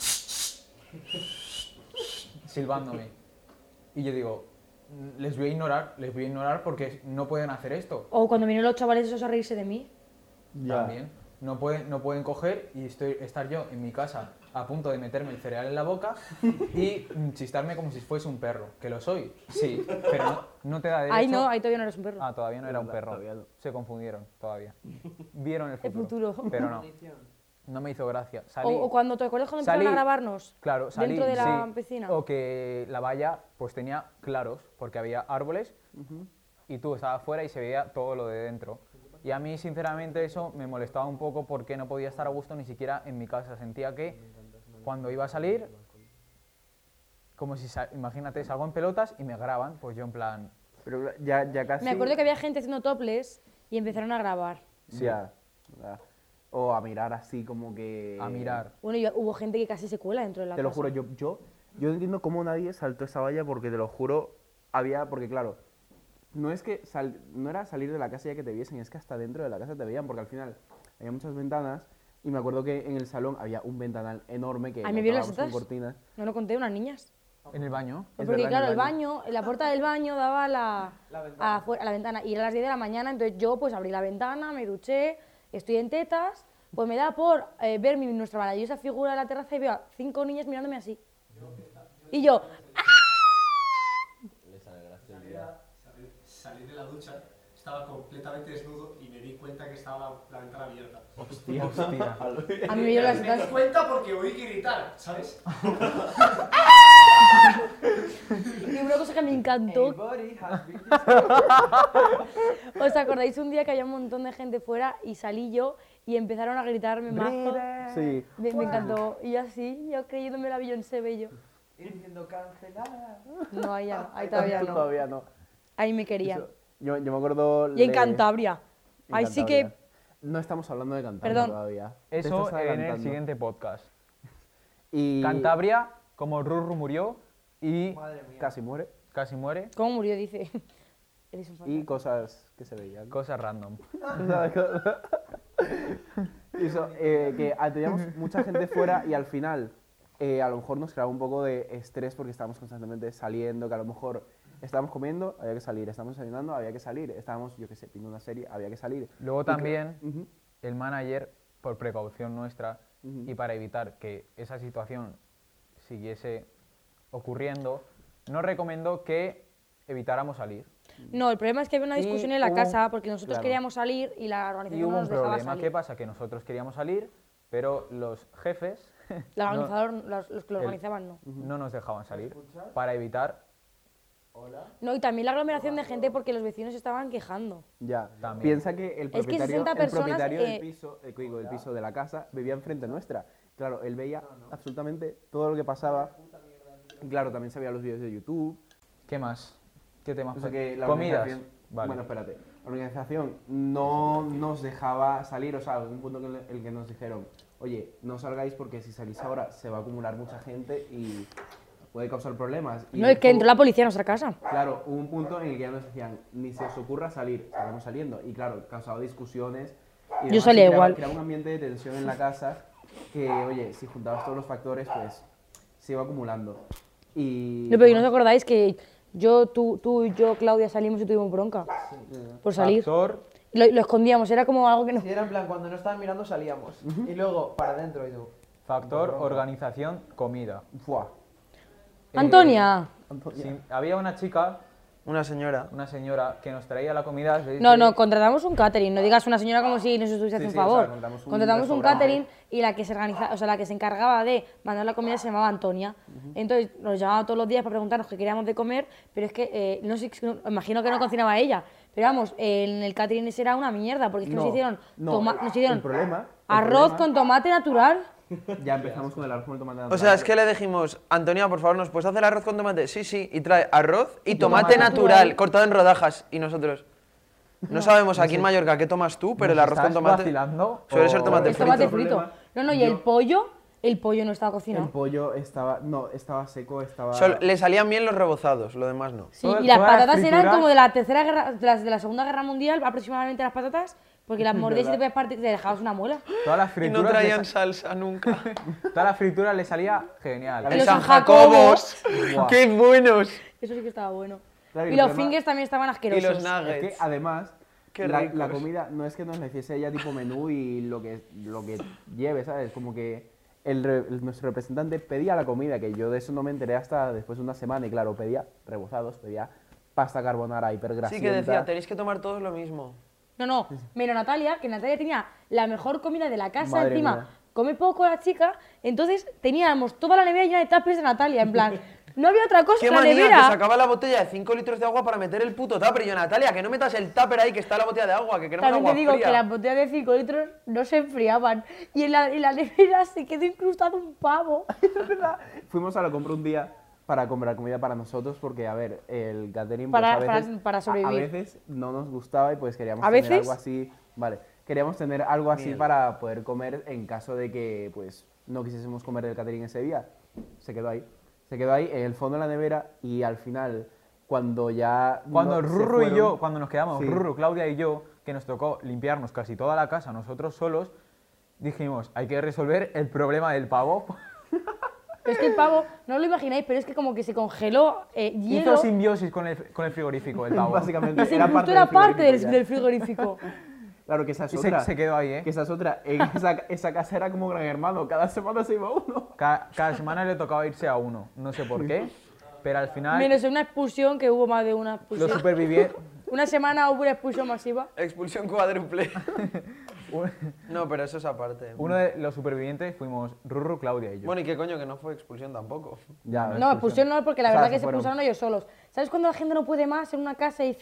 silbándome. Y yo digo, les voy a ignorar, les voy a ignorar porque no pueden hacer esto. O cuando vinieron los chavales esos a reírse de mí. También. No pueden, no pueden coger y estoy, estar yo en mi casa a punto de meterme el cereal en la boca y mm, chistarme como si fuese un perro. ¿Que lo soy? Sí, pero no, no te da derecho. Ahí no, ahí todavía no eres un perro. Ah, todavía no era un No, perro. todavía no. Se confundieron, todavía. Vieron el El futuro. futuro. Pero no. No me hizo gracia. Salí, O, o cuando te acuerdas cuando empezaron salí- a grabarnos claro, salí, dentro de la sí. piscina. O que la valla pues tenía claros, porque había árboles y tú estabas fuera y se veía todo lo de dentro. Y a mí, sinceramente, eso me molestaba un poco porque no podía estar a gusto ni siquiera en mi casa. Sentía que cuando iba a salir, como si, sa- imagínate, salgo en pelotas y me graban, pues yo en plan... Pero ya, ya casi... Me acuerdo que había gente haciendo topless y empezaron a grabar. Ya, ya. O a mirar así como que... A mirar. Bueno, y hubo gente que casi se cuela dentro de la Te lo casa. juro, yo, yo, yo no entiendo cómo nadie saltó esa valla porque te lo juro, había... Porque claro, no es que sal- no era salir de la casa ya que te viesen, es que hasta dentro de la casa te veían porque al final había muchas ventanas y me acuerdo que en el salón había un ventanal enorme que Ay, ¿me vio las tapábamos con tetas? cortinas. No lo conté, unas niñas. En el baño. Es Porque verdad, claro, en el el baño, la puerta del baño daba a la, a, la, fu- a la ventana y era las diez de la mañana, entonces yo pues abrí la ventana, me duché, estoy en tetas, pues me da por eh, ver mi, nuestra maravillosa figura de la terraza y veo a cinco niñas mirándome así. Y yo, Salí de la ducha, estaba completamente desnudo y me di cuenta que estaba la, la ventana abierta. Hostia, Hostia. a mí me dio las Me di tetas. cuenta porque oí gritar, ¿sabes? Y una cosa que me encantó, ¿os acordáis un día que había un montón de gente fuera y salí yo y empezaron a gritarme mazo. Sí. Me, me encantó. Y así, yo creyéndome la Beyoncé bello. Y diciendo cancelada. No, ahí ya no, ahí todavía no. Todavía no. Ahí me querían. Eso, yo, yo me acuerdo... Y en de- Cantabria. en Ahí sí que... Cantabria. No estamos hablando de Cantabria Perdón. todavía. Te Eso estás en el adelantando. siguiente podcast. Y Cantabria, como Rurru murió y Madre mía. casi muere. casi muere, ¿Cómo murió? Dice. Eres un Y fantasma. cosas que se veían. cosas random. Eso, eh, que ah, teníamos mucha gente fuera y al final eh, a lo mejor nos creaba un poco de estrés porque estábamos constantemente saliendo, que a lo mejor estábamos comiendo, había que salir, estábamos desayunando, había que salir, estábamos, yo qué sé, viendo una serie, había que salir. Luego Y que- también Ujú, el manager, por precaución nuestra ujú. y para evitar que esa situación siguiese ocurriendo, nos recomendó que evitáramos salir. No, el problema es que había una Y discusión en la hubo- casa porque nosotros claro. queríamos salir y la Y organización hubo no un nos dejaba problema. salir. ¿Qué pasa? Que nosotros queríamos salir, pero los jefes El no, organizador, los, los que lo el- organizaban, no. no nos dejaban salir para evitar No, y también la aglomeración de gente porque los vecinos estaban quejando. Ya, También. piensa que el que propietario, sesenta el personas, propietario eh, del, piso, eh, digo, del piso de la casa vivía enfrente nuestra. Claro, él veía absolutamente todo lo que pasaba. Y claro, también se veía los vídeos de YouTube. ¿Qué más? ¿Qué temas? O sea que la Comidas. organización, Vale. bueno, espérate, la organización no nos dejaba salir, o sea, un punto en el, el que nos dijeron, oye, no salgáis porque si salís ahora se va a acumular mucha gente y puede causar problemas. Y No, es que hubo- entró la policía a nuestra casa. Claro, hubo un punto en el que ya nos decían, ni se os ocurra salir, estamos saliendo. Y claro, causaba discusiones. Y demás, salía y creaba- igual. Creaba un ambiente de tensión en la casa que, oye, si juntabas todos los factores, pues se iba acumulando. Y... No, pero ¿y no os acordáis que yo, tú, tú y yo, Claudia, salimos y tuvimos bronca? Por salir. Factor, Lo, lo escondíamos, era como algo que no... Si era en plan, cuando no estaban mirando salíamos. Y luego para adentro y tú. factor organización, comida. Fuá. Eh, ¡Antonia! Sí, había una chica, Una señora. una señora, que nos traía la comida. es decir, No, no, contratamos un catering, no digas una señora como si nos estuviese Sí, haciendo sí, un o sea, favor. contratamos un contratamos un restaurante. catering y la que se organiza, o sea, la que se encargaba de mandar la comida se llamaba Antonia. Entonces nos llamaba todos los días para preguntarnos qué queríamos de comer, pero es que eh, no sé, no- imagino que no cocinaba ella. Pero vamos, eh, en el catering ese era una mierda, porque es que nos No, hicieron, no, toma- el- nos hicieron el problema- el arroz problema- con tomate natural. Ya empezamos con el arroz con el tomate natural. O sea, es que le dijimos, Antonia, por favor, ¿nos puedes hacer arroz con tomate? Sí, sí. Y trae arroz y tomate tomate natural, natural. cortado en rodajas. Y nosotros. No sabemos aquí en Mallorca qué tomas tú, pero el ¿nos arroz con estás tomate. vacilando Suele ser o- tomate Es frito. tomate El frito. problema- No, no, y yo- el pollo, el pollo no estaba El cocinado. pollo estaba, no, estaba seco, estaba... Solo- le salían bien los rebozados, lo demás no. Sí, Todas- y las todas las patatas eran frituras- como de la tercera guerra, de las de la segunda guerra mundial, aproximadamente las patatas, porque las mordías y te ¿Verdad? podías partir, te dejabas una muela. Todas las Y frituras, no le traían sa- salsa nunca. todas las frituras le salía genial. Y ¡En los San San Jacobos. Jacobos! Buah. ¡Qué buenos! Eso sí que estaba bueno. Claro, y el los problema- fingers también estaban Y asquerosos. los Es que nuggets. además, Qué la, ricos. la comida no es que nos la hiciese ella tipo menú y lo que, lo que lleve, ¿sabes? Como que el, re- el- nuestro representante pedía la comida, que yo de eso no me enteré hasta después de una semana, y claro, pedía rebozados, pedía pasta carbonara hipergrasienta. Sí, que decía, tenéis que tomar todos lo mismo. No, no, menos Natalia, que Natalia tenía la mejor comida de la casa, Madre encima mía. come poco la chica, entonces teníamos toda la nevera llena de tapes de Natalia, en plan, no había otra cosa ¡Qué en la manía! Que nevera. sacaba la botella de cinco litros de agua para meter el puto tupper. Y yo, Natalia, que no metas el tupper ahí, que está la botella de agua, que queremos También agua te digo fría. que las botellas de cinco litros no se enfriaban y en la, en la nevera se quedó incrustado un pavo. Es verdad. Fuimos a la compra un día para comprar comida para nosotros porque, a ver, el catering pues, Para- a para- veces, para a- sobrevivir. A, veces no nos gustaba y pues queríamos ¿A tener veces? algo así, vale, queríamos tener algo así Miel. para poder comer en caso de que pues no quisiésemos comer del catering ese día. Se quedó ahí, se quedó ahí en el fondo de la nevera y al final cuando ya Cuando no- se Rurru y fueron- yo, cuando nos quedamos, Sí. Rurru, Claudia y yo, que nos tocó limpiarnos casi toda la casa nosotros solos, dijimos, hay que resolver el problema del pavo. Pero es que el pavo, no lo imagináis, pero es que como que se congeló eh, hielo Hizo simbiosis con el, con el frigorífico, el pavo. Básicamente y se era incrustó parte la del parte del, frigorífico del frigorífico. ya. Claro que esa es Y se, otra. se quedó ahí, ¿eh? Que esa es otra. En esa, esa casa era como Gran Hermano, cada semana se iba uno. Ca- Cada, semana le tocaba irse a uno, no sé por qué, pero al final Menos en una expulsión, que hubo más de una los expulsión. supervivientes... Una semana hubo una expulsión masiva. Expulsión cuádruple. No, pero eso es aparte. Uno de los supervivientes fuimos Rurru, Claudia y yo. Bueno, y qué coño, que no fue expulsión tampoco. Ya, No, expulsión no, porque la O sea, verdad se que se fueron. expulsaron ellos solos. ¿Sabes cuando la gente no puede más en una casa y dice,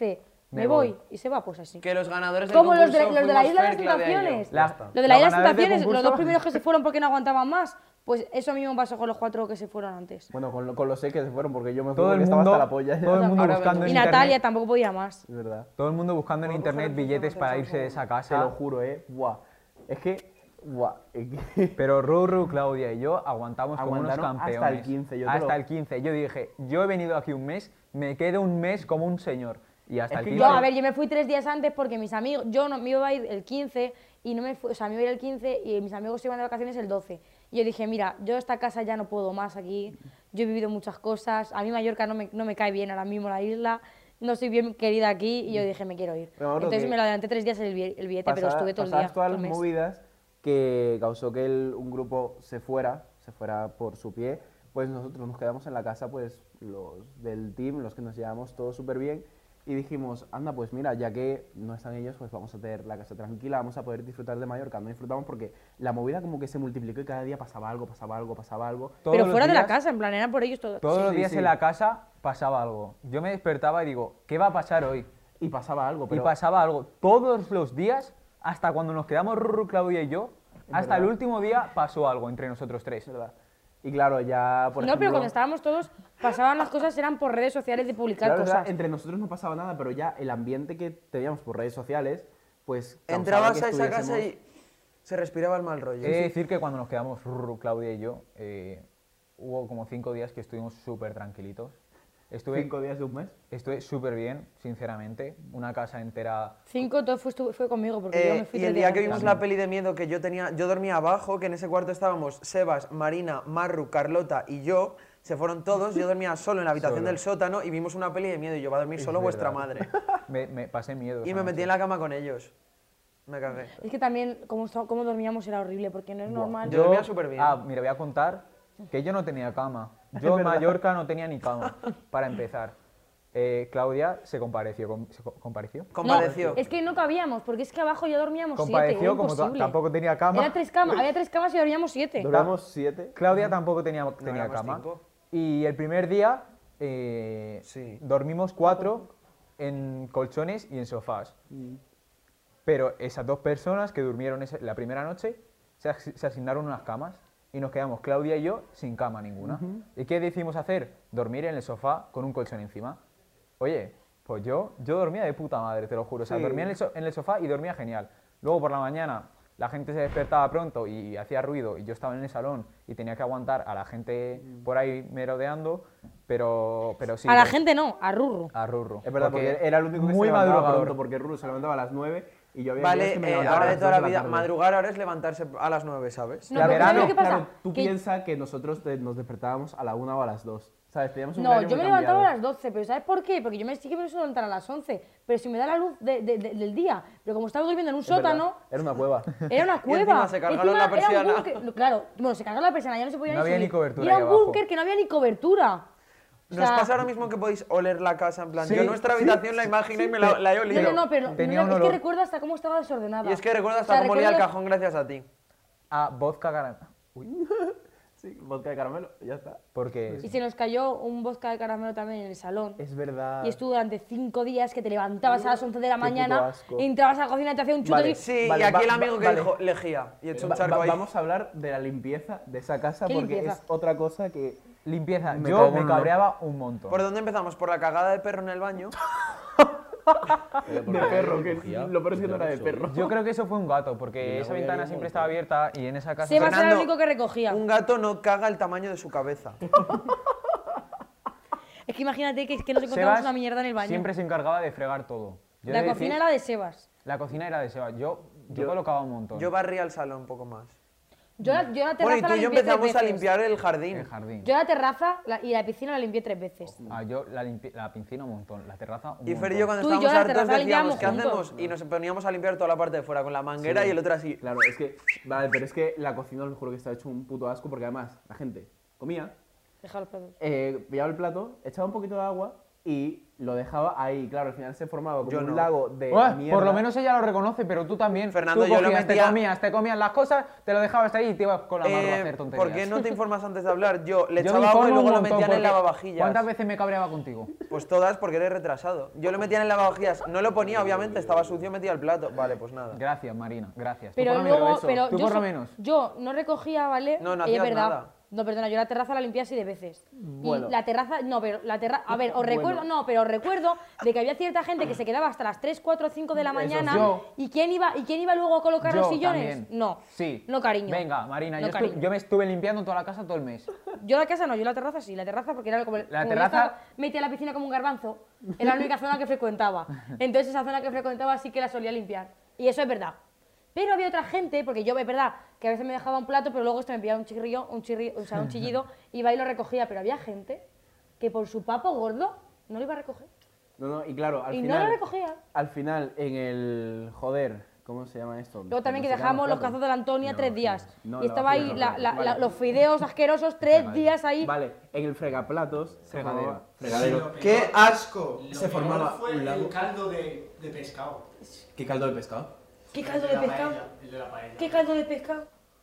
me voy. Y se va, pues así. Que los ganadores del Como los de, concurso los de la fuimos Isla de las Fer, Claudia y yo. Tentaciones. Ya está. Lo de Los la Isla de las ganadores del Tentaciones, los concurso. dos primeros que se fueron porque no aguantaban más, pues eso mismo pasó con los cuatro que se fueron antes. Bueno, con, lo- con los seis que se fueron, porque yo me Todo acuerdo el que estaba mundo, hasta la polla. ya. todo el mundo Ahora buscando en Y Natalia internet, tampoco podía más. Es verdad. todo el mundo buscando en internet billetes para irse de esa Te lo casa. juro, eh. Buah. Es que. Buah. Es que. Pero Ruru, Claudia y yo aguantamos como unos Aguantaron hasta campeones. el quince, yo te Hasta lo- el quince. Yo dije, yo he venido aquí un mes, me quedo un mes como un señor. Y hasta Es el que quince. Yo, a ver, yo me fui tres días antes porque mis amigos, yo no, me iba a ir el quince y no me fui, o sea, me iba a ir el quince y mis amigos se iban de vacaciones el doce. Y yo dije, mira, yo esta casa ya no puedo más aquí, yo he vivido muchas cosas, a mí Mallorca no me, no me cae bien ahora mismo la isla, no soy bien querida aquí y yo dije, me quiero ir. Pero me acuerdo Entonces que me lo adelanté tres días el, bille- el billete, pero Pasada- estuve todo el pasadas día. todas todo el las mes. movidas que causó que el- un grupo se fuera, se fuera por su pie, pues nosotros nos quedamos en la casa, pues los del team, los que nos llevamos todos súper bien, y dijimos, anda, pues mira, ya que no están ellos, pues vamos a tener la casa tranquila, vamos a poder disfrutar de Mallorca. No disfrutamos porque la movida como que se multiplicó y cada día pasaba algo, pasaba algo, pasaba algo. Todos Pero los fuera de la días- casa, en plan, eran por ellos todos. Todos Sí, los sí, días sí. en la casa pasaba algo. Yo me despertaba y digo, ¿qué va a pasar hoy? Y pasaba algo, pero Y pasaba algo. Todos los días, hasta cuando nos quedamos Ruru, Claudia y yo, Es hasta el verdad. último día pasó algo entre nosotros tres. es verdad. Y claro, ya por No, pero ejemplo, cuando estábamos todos, pasaban las cosas, eran por redes sociales de publicar claro, es verdad, cosas. entre nosotros no pasaba nada, pero ya el ambiente que teníamos por redes sociales, pues causaba Entrabas que a esa casa estuviésemos- y se respiraba el mal rollo. He de decir que cuando nos quedamos Ruru, Claudia y yo, eh, hubo como cinco días que estuvimos súper tranquilitos. Estuve cinco días de un mes. estuve súper bien, sinceramente. Una casa entera. Cinco, todo fue, estuvo- fue conmigo, porque yo Eh, me fui y tres el días día que antes. vimos la peli de miedo que yo tenía, yo dormía abajo, que en ese cuarto estábamos Sebas, Marina, Marru, Carlota y yo, se fueron todos, yo dormía solo en la habitación Solo. del sótano y vimos una peli de miedo y yo, va a dormir Es solo vuestra verdad. madre. Me, me pasé miedo. Y esa me metí noche. en la cama con ellos. Me cagué. Es que también, como, esta- como dormíamos era horrible, porque no es normal. Yo dormía súper bien. Ah, mira, voy a contar que yo no tenía cama. Yo en Mallorca no tenía ni cama, para empezar. Eh, Claudia se compareció. com- se co- ¿Compareció? No, Compadeció. es que no cabíamos, porque es que abajo ya dormíamos siete. Compareció, era como ta- imposible. tampoco tenía cama. Era tres camas, había tres camas y dormíamos siete. Duramos siete. Claudia tampoco tenía, tenía éramos cama. cinco. Y el primer día eh, Sí. dormimos cuatro en colchones y en sofás. Pero esas dos personas que durmieron esa- la primera noche se, as- se asignaron unas camas y nos quedamos Claudia y yo sin cama ninguna. ¿Y qué decidimos hacer? Dormir en el sofá con un colchón encima. Oye, pues yo, yo dormía de puta madre, te lo juro. O sea, Sí. dormía en el, so- en el sofá y dormía genial. Luego por la mañana la gente se despertaba pronto y hacía ruido y yo estaba en el salón y tenía que aguantar a la gente por ahí merodeando, pero, pero sí. a la pues, gente no, a Rurru. A Rurru. Es verdad, porque, era el único que muy se levantaba madrugador. pronto, porque Ruru se levantaba a las nueve y yo había Vale, días que me eh, levantaba ahora a de las toda dos la vida, tarde. madrugar ahora es levantarse a las nueve, ¿sabes? No, Claro, pero ¿sabes verano, lo que pasa? Claro, tú Que- piensas que nosotros te- nos despertábamos a la una o a las dos. ¿Sabes? Teníamos un No, horario yo muy me levantaba a cambiado. las doce, pero ¿sabes por qué? Porque yo me sí que me suelo levantar a las once, pero si me da la luz de- de- de- del día. Pero como estaba durmiendo en un Es verdad, sótano, Era una cueva. era una cueva. encima se cargaron Encima la era un persiana. búnker- no, claro, bueno, se cargaron la persiana, ya no se podía No ni había ni subir. cobertura Y era ahí un abajo. búnker que no había ni cobertura. O ¿Nos sea, pasa ahora mismo que podéis oler la casa? En plan, Sí, yo nuestra sí, habitación la imagino y me la, la he olido. No, no, no, pero tenía no, un es que olor. recuerdo hasta cómo estaba desordenada. Y es que recuerdo hasta O sea, cómo olía el recuerdo- cajón gracias a ti. A vodka caramelo. Uy, Sí, vodka de caramelo, ya está. porque Y se nos cayó un vodka de caramelo también en el salón. Es verdad. Y estuvo durante cinco días que te levantabas a las once de la Qué mañana, puto asco. entrabas a la cocina y te hacía un chuto Vale, y... Sí, Vale, y aquí va- el va- amigo que vale. dijo lejía y echó un Va- charco va- ahí. Vamos a hablar de la limpieza de esa casa ¿Qué porque limpieza? es otra cosa que... limpieza. Me yo cago me en cabreaba un montón. ¿Por dónde empezamos? ¿Por la cagada de perro en el baño? De perro, que lo peor es que no era de perro. Yo creo que eso fue un gato, porque esa ventana siempre estaba abierta y en esa casa... Sebas era el Fernando, único que recogía. Un gato no caga el tamaño de su cabeza. Es que imagínate que, que nos encontramos Sebas una mierda en el baño. siempre se encargaba de fregar todo. Yo La he de cocina decir- era de Sebas. La cocina era de Sebas. Yo, yo, Yo- colocaba un montón. Yo barría el salón un poco más. Yo la, yo la terraza Bueno, y tú la y yo limpié tres empezamos a veces. limpiar el jardín. el jardín. Yo la terraza la- y la piscina la limpié tres veces. Ah, yo la, limpi- la piscina un montón, la terraza un Y Fer y montón. yo cuando Tú y yo estábamos la hartos terraza la decíamos, ¿qué limpiábamos hacemos? juntos. Y nos poníamos a limpiar toda la parte de fuera con la manguera y el otro así. Claro, es que... Vale, pero es que la cocina os lo juro que está hecho un puto asco porque además la gente comía, Deja los platos. eh, pillaba el plato, echaba un poquito de agua y lo dejaba ahí. Claro, al final se formaba como Yo un no. lago de Buah, mierda. por lo menos ella lo reconoce, pero tú también. Fernando, tú yo lo cogías, metía- te comías, te comías las cosas, te lo dejabas ahí y te ibas con la mano a Eh, hacer tonterías. ¿Por qué no te informas antes de hablar? Yo le Yo me echaba agua y informo luego un lo montón, metían en porque lavavajillas. ¿Cuántas veces me cabreaba contigo? Pues todas, porque eres retrasado. Yo lo metía en lavavajillas, no lo ponía, obviamente, estaba sucio, metía el plato. Vale, pues nada. Gracias, Marina, gracias. Tú Pero por lo luego, menos, pero tú yo, por lo so- menos. yo no recogía, ¿vale? No, no Y es hacías verdad. nada. No, perdona, yo la terraza la limpié así de veces. Bueno. Y la terraza, no, pero la terraza, a ver, os Bueno. recuerdo, no, pero os recuerdo de que había cierta gente que se quedaba hasta las tres, cuatro, cinco de la mañana. yo. ¿Y quién iba, y quién iba luego a colocar Yo los sillones? también. No. Sí. No, cariño. Venga, Marina, No, yo, estu- cariño. yo me estuve limpiando toda la casa todo el mes. Yo la casa no, yo la terraza sí, la terraza porque era como el- La como yo terraza- estaba metida a la piscina como un garbanzo, era la única zona que frecuentaba. Entonces esa zona que frecuentaba sí que la solía limpiar. Y eso es verdad. Pero había otra gente, porque yo es verdad que a veces me dejaba un plato, pero luego esto me pillaba un chirrillo, un chirri, o sea, un chillido, iba y lo recogía, pero había gente que por su papo gordo no lo iba a recoger. No, no, y claro, al Y no final... lo recogía. Al final, en el... Joder, ¿cómo se llama esto? Luego también que Cuando se quedan dejamos los platos. cazos de la Antonia tres días. No, y estaba ahí lavaplatos, la- la- vale. la- los fideos asquerosos tres días ahí. Vale, en el fregaplatos... se Fregadero. formaba- Fregadero. ¡Qué asco! Se formaba fue un lago. el caldo de, de pescado. ¿Qué caldo de pescado? ¿Qué caldo de la pescado? paella, el de la paella. ¿Qué caldo de pescado?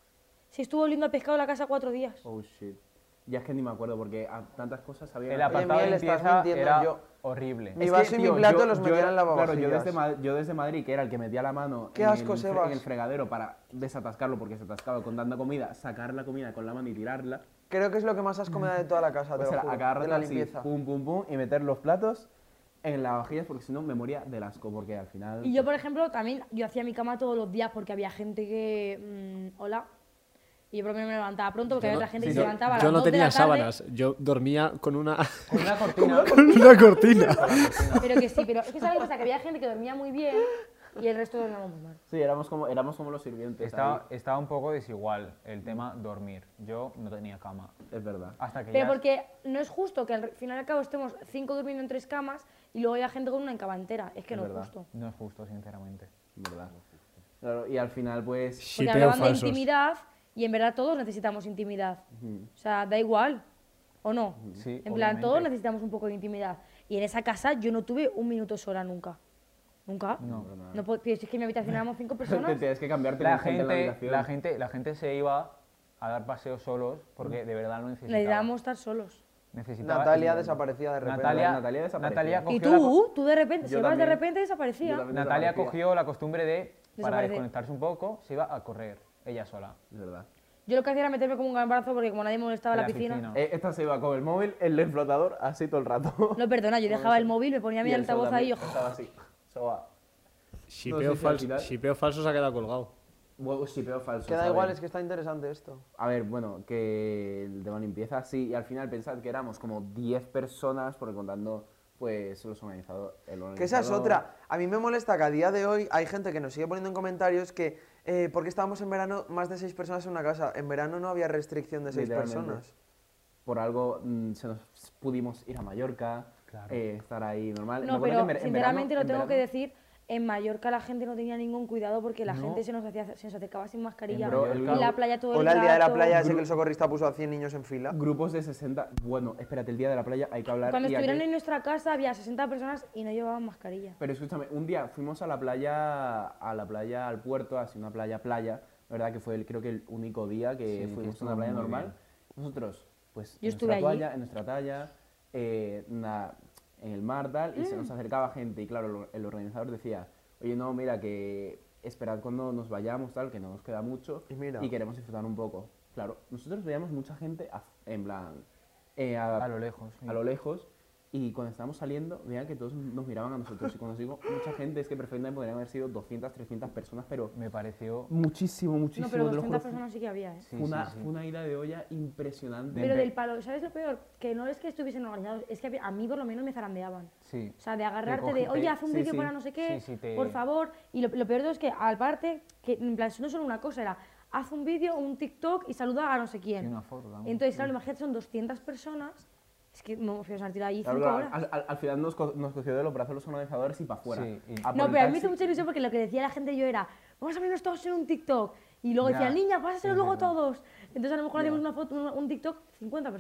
Si estuvo oliendo a pescado en la casa cuatro días. Oh, shit. Ya es que ni me acuerdo porque a tantas cosas había... El que hacer. apartado de Miguel, estás limpieza mintiendo, era yo- horrible. Mi Es vaso que, y mi tío, plato yo- los yo metía era- en Claro, yo lavavajillas. desde, Ma- yo desde Madrid, que era el que metía la mano Qué en, asco, el, fre- Sebas. en el fregadero para desatascarlo porque se atascaba con tanta comida, sacar la comida con la mano y tirarla. Creo que es lo que más asco me da de toda la casa, te Pues lo a, juro, a cada de rato la así, limpieza. pum, pum, pum, y meter los platos en lavavajillas porque si no me moría del asco, porque al final... Y yo, por ejemplo, también yo hacía mi cama todos los días porque había gente que... mm, hola. Y yo por lo menos me levantaba pronto porque había otra gente que se levantaba a las Yo no dos de tenía la tarde. sábanas, yo dormía con una, Con una cortina. con una cortina. Pero que sí, pero es que sabes cosa que había gente que dormía muy bien y el resto dormíamos muy mal. Sí, éramos como, éramos como los sirvientes. Estaba, ahí. estaba un poco desigual el tema dormir. Yo no tenía cama. Es verdad. Hasta que Pero ya... porque no es justo que al final y al cabo estemos cinco durmiendo en tres camas y luego haya gente con una en cama entera. Es que Es no verdad. es justo. No es justo, sinceramente. Es verdad. Claro, y al final pues... Porque Shipeo hablaban de falsos. intimidad y en verdad todos necesitamos intimidad. O sea, da igual. ¿O no? Sí, En plan, todos obviamente. necesitamos un poco de intimidad. Y en esa casa yo no tuve un minuto sola nunca. ¿Nunca? No. No puedo- pero si es que en mi habitación éramos cinco Te personas. tienes que cambiarte La con gente en la gente, habitación. la, gente, la gente se iba a dar paseos solos porque de verdad lo necesitaba. Necesitábamos estar solos. Necesitaba- Natalia desaparecía de repente. Natalia, Natalia desapareció. Natalia Y cogió la co- tú, tú de repente, Yo se vas de también. repente desaparecía. Yo también. Natalia desaparecía. cogió la costumbre de, para Desaparecer. desconectarse un poco, se iba a correr, ella sola. Es verdad. Yo lo que hacía era meterme como un gambrazo porque como nadie me molestaba en En la la piscina. piscina. Eh, esta se iba con el móvil, el flotador, así todo el rato. No, perdona, yo dejaba el móvil, me ponía mi Y el altavoz sol ahí y yo... también estaba así. Soba. Shipeo, No sé si al falso, final- shipeo falso se ha quedado colgado. Huevo shipeo falso. Queda ¿sabes? igual, es que está interesante esto. A ver, bueno, que el tema limpieza, sí, y al final pensad que éramos como diez personas, porque contando, pues, los organizadores. Que esa es otra. A mí me molesta que a día de hoy hay gente que nos sigue poniendo en comentarios que eh, porque estábamos en verano más de seis personas en una casa. En verano no había restricción de seis Literalmente. personas. Por algo mm, se nos pudimos ir a Mallorca, eh, estar ahí normal. Me No, acuerdo pero que en ver- en sinceramente verano- lo en tengo que verano- decir, en Mallorca la gente no tenía ningún cuidado porque la No. gente se nos, hacía, se nos acercaba sin mascarilla. En Bro, el en grupo- la playa todo el Hola, el día de la rato. playa, ese que el socorrista puso a cien niños en fila. Grupos de sesenta. Bueno, espérate, el día de la playa hay que hablar. Cuando y estuvieron aquí- en nuestra casa había sesenta personas y no llevaban mascarilla. Pero escúchame, un día fuimos a la playa, a la playa, al puerto, así una playa, playa, ¿verdad? Que fue el, creo que el único día que Sí, que fuimos a estuvo una playa muy normal. bien. Nosotros, pues, Yo en estuve nuestra allí. toalla, en nuestra talla, eh, na- en el mar, tal, y se Mm. nos acercaba gente, y claro, lo- el organizador decía, oye, no, mira, que esperad cuando nos vayamos, tal, que no nos queda mucho, Y mira. queremos disfrutar un poco. Claro, nosotros veíamos mucha gente, a- en plan, eh, a, A lo lejos. sí. a lo lejos, y cuando estábamos saliendo, veían que todos nos miraban a nosotros. Y cuando os digo mucha gente, es que perfectamente podrían haber sido doscientas, trescientas personas, pero Me pareció... muchísimo, muchísimo. No, pero te lo doscientas juro, personas sí que había, ¿eh? Sí, fue, una, sí, sí. fue una ida de olla impresionante. Pero del palo, ¿sabes lo peor? Que no es que estuviesen organizados, es que a mí por lo menos me zarandeaban. Sí. O sea, de agarrarte de, coge- oye, haz un sí, vídeo sí. para no sé qué, Sí, sí, te- por favor. Y lo, lo peor de todo es que, aparte, que en plan, no solo una cosa, era, haz un vídeo, un TikTok y saluda a no sé quién. Sí, una foto también. Entonces, claro, imagínate, son doscientas personas, es que no me fui a sentir ahí Claro, cinco claro, horas. al, al- al final nos, co- nos cogió de los brazos los organizadores y para afuera. Sí, y- A por No, el pero a mí me taxi. hizo mucha ilusión porque lo que decía la gente yo era, vamos a vernos todos en un TikTok. Y luego Ya, decían, niña, pásaselo es luego verdad. todos. Entonces a lo mejor Ya. hacemos una foto, un, un TikTok, cincuenta personas.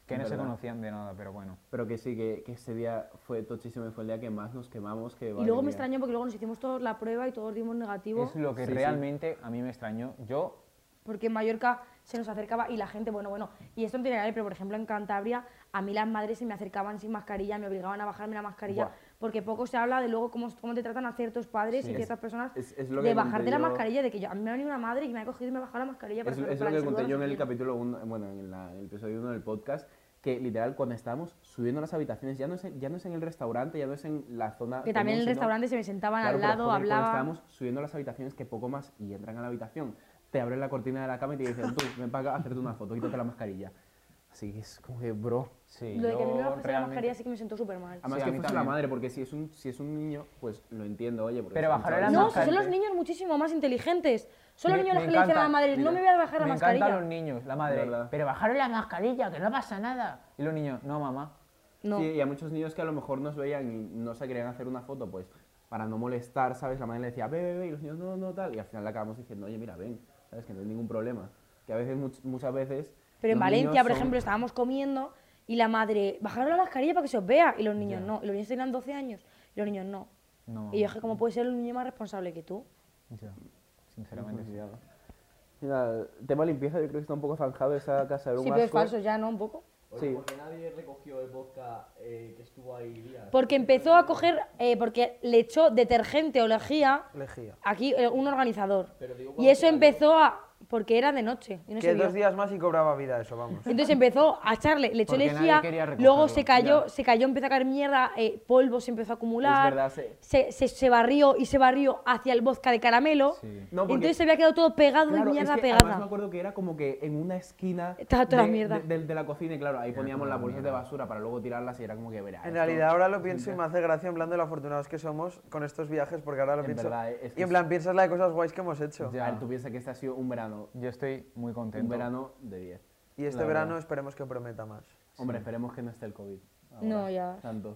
Que no se ¿verdad? conocían de nada, pero bueno. Pero que sí, que, que ese día fue tochísimo y fue el día que más nos quemamos. Que Y madre luego me mía. extrañó porque luego nos hicimos todos la prueba y todos dimos negativo. Es lo que Sí, sí. realmente a mí me extrañó. Yo, Porque en Mallorca se nos acercaba y la gente, bueno, bueno, y esto no tiene que ver, pero por ejemplo en Cantabria a mí las madres se me acercaban sin mascarilla, me obligaban a bajarme la mascarilla, Buah. porque poco se habla de luego cómo, cómo te tratan a ciertos padres Sí, y es- ciertas personas es- es lo de que bajarte conté la yo- mascarilla, de que yo, a mí me ha venido una madre y me ha cogido y me ha bajado la mascarilla para Es, hacer- es para lo que saludar conté a yo su en el hijo. capítulo uno, bueno, en, la- en el episodio uno del podcast, que literal cuando estábamos subiendo las habitaciones, ya no es, en- ya no es en el restaurante, ya no es en la zona... Que también en el común, sino- restaurante se me sentaban Claro, al pero, lado, joder, cuando hablaban. estábamos subiendo las habitaciones que poco más y entran a la habitación, te abren la cortina de la cama y te dicen, tú, ven para acá a hacerte una foto, quítate la mascarilla. Así que es como que, bro... sí, Lo de que a mí me yo bajase la realmente- mascarilla sí que me sentó súper mal. Además Sí, a que mí fuese la también. madre, porque si es un, si es un niño, pues lo entiendo, oye... porque Pero es un bajarle la chaval. No, si mascarilla. son los niños muchísimo más inteligentes. Son los Me- niños los me que le dicen a la encanta, madre, no me voy a bajar la me mascarilla. encantan los niños, la madre. verdad. Pero bajaron la mascarilla, que no pasa nada. Y los niños, no, mamá. No. Sí, y a muchos niños que a lo mejor nos veían y no se querían hacer una foto, pues para no molestar, ¿sabes? La madre le decía, ve, ve, ve, y los niños, no, no, tal. Y al final le acabamos diciendo, oye, mira, ven, ¿sabes? Que no hay ningún problema. Que a veces, much- muchas veces... Pero en los Valencia, niños por son- ejemplo, estábamos comiendo y la madre, bajaron la mascarilla para que se os vea. Y los niños Ya. no. Y los niños tenían doce años y los niños no. No, Y yo dije, ¿cómo puede ser un niño más responsable que tú? ya, sinceramente sí. Mira, el tema limpieza yo creo que está un poco zanjado esa casa de un Sí, pero es asco. falso ya, ¿no? Un poco. Sí. Porque nadie recogió el vodka eh, que estuvo ahí días. Porque empezó a coger, eh, porque le echó detergente o lejía Lejía. aquí eh, un organizador. Pero digo, Y cuando eso se cayó. empezó a... porque era de noche. Y no se Que vio. dos días más y cobraba vida eso, vamos. Entonces empezó a echarle, le echó Porque nadie lejía, quería luego recogerlo. se cayó, Ya. se cayó, empezó a caer mierda, eh, polvo se empezó a acumular, Es verdad, se- se, se, se barrió y se barrió hacia el vodka de caramelo, Sí. No, porque- entonces se había quedado todo pegado Claro, y mierda es que además me pegada. acuerdo que era como que en una esquina Estaba toda la de, mierda. de- de- de la cocina y claro, ahí poníamos toda la las bolsas de mierda. basura para luego tirarlas y era como que verá. En esto- realidad ahora lo pienso y me hace gracia en plan de lo afortunados que somos con estos viajes, porque ahora lo En pienso... verdad, es que y en es- plan piensas la de cosas guays que hemos hecho. A ver, tú piensas que este ha sido un verano, Yo estoy muy un contento. verano de diez. Y este La verano verdad. esperemos que prometa más. Hombre, esperemos que no esté el COVID. ahora, No, ya. Tanto.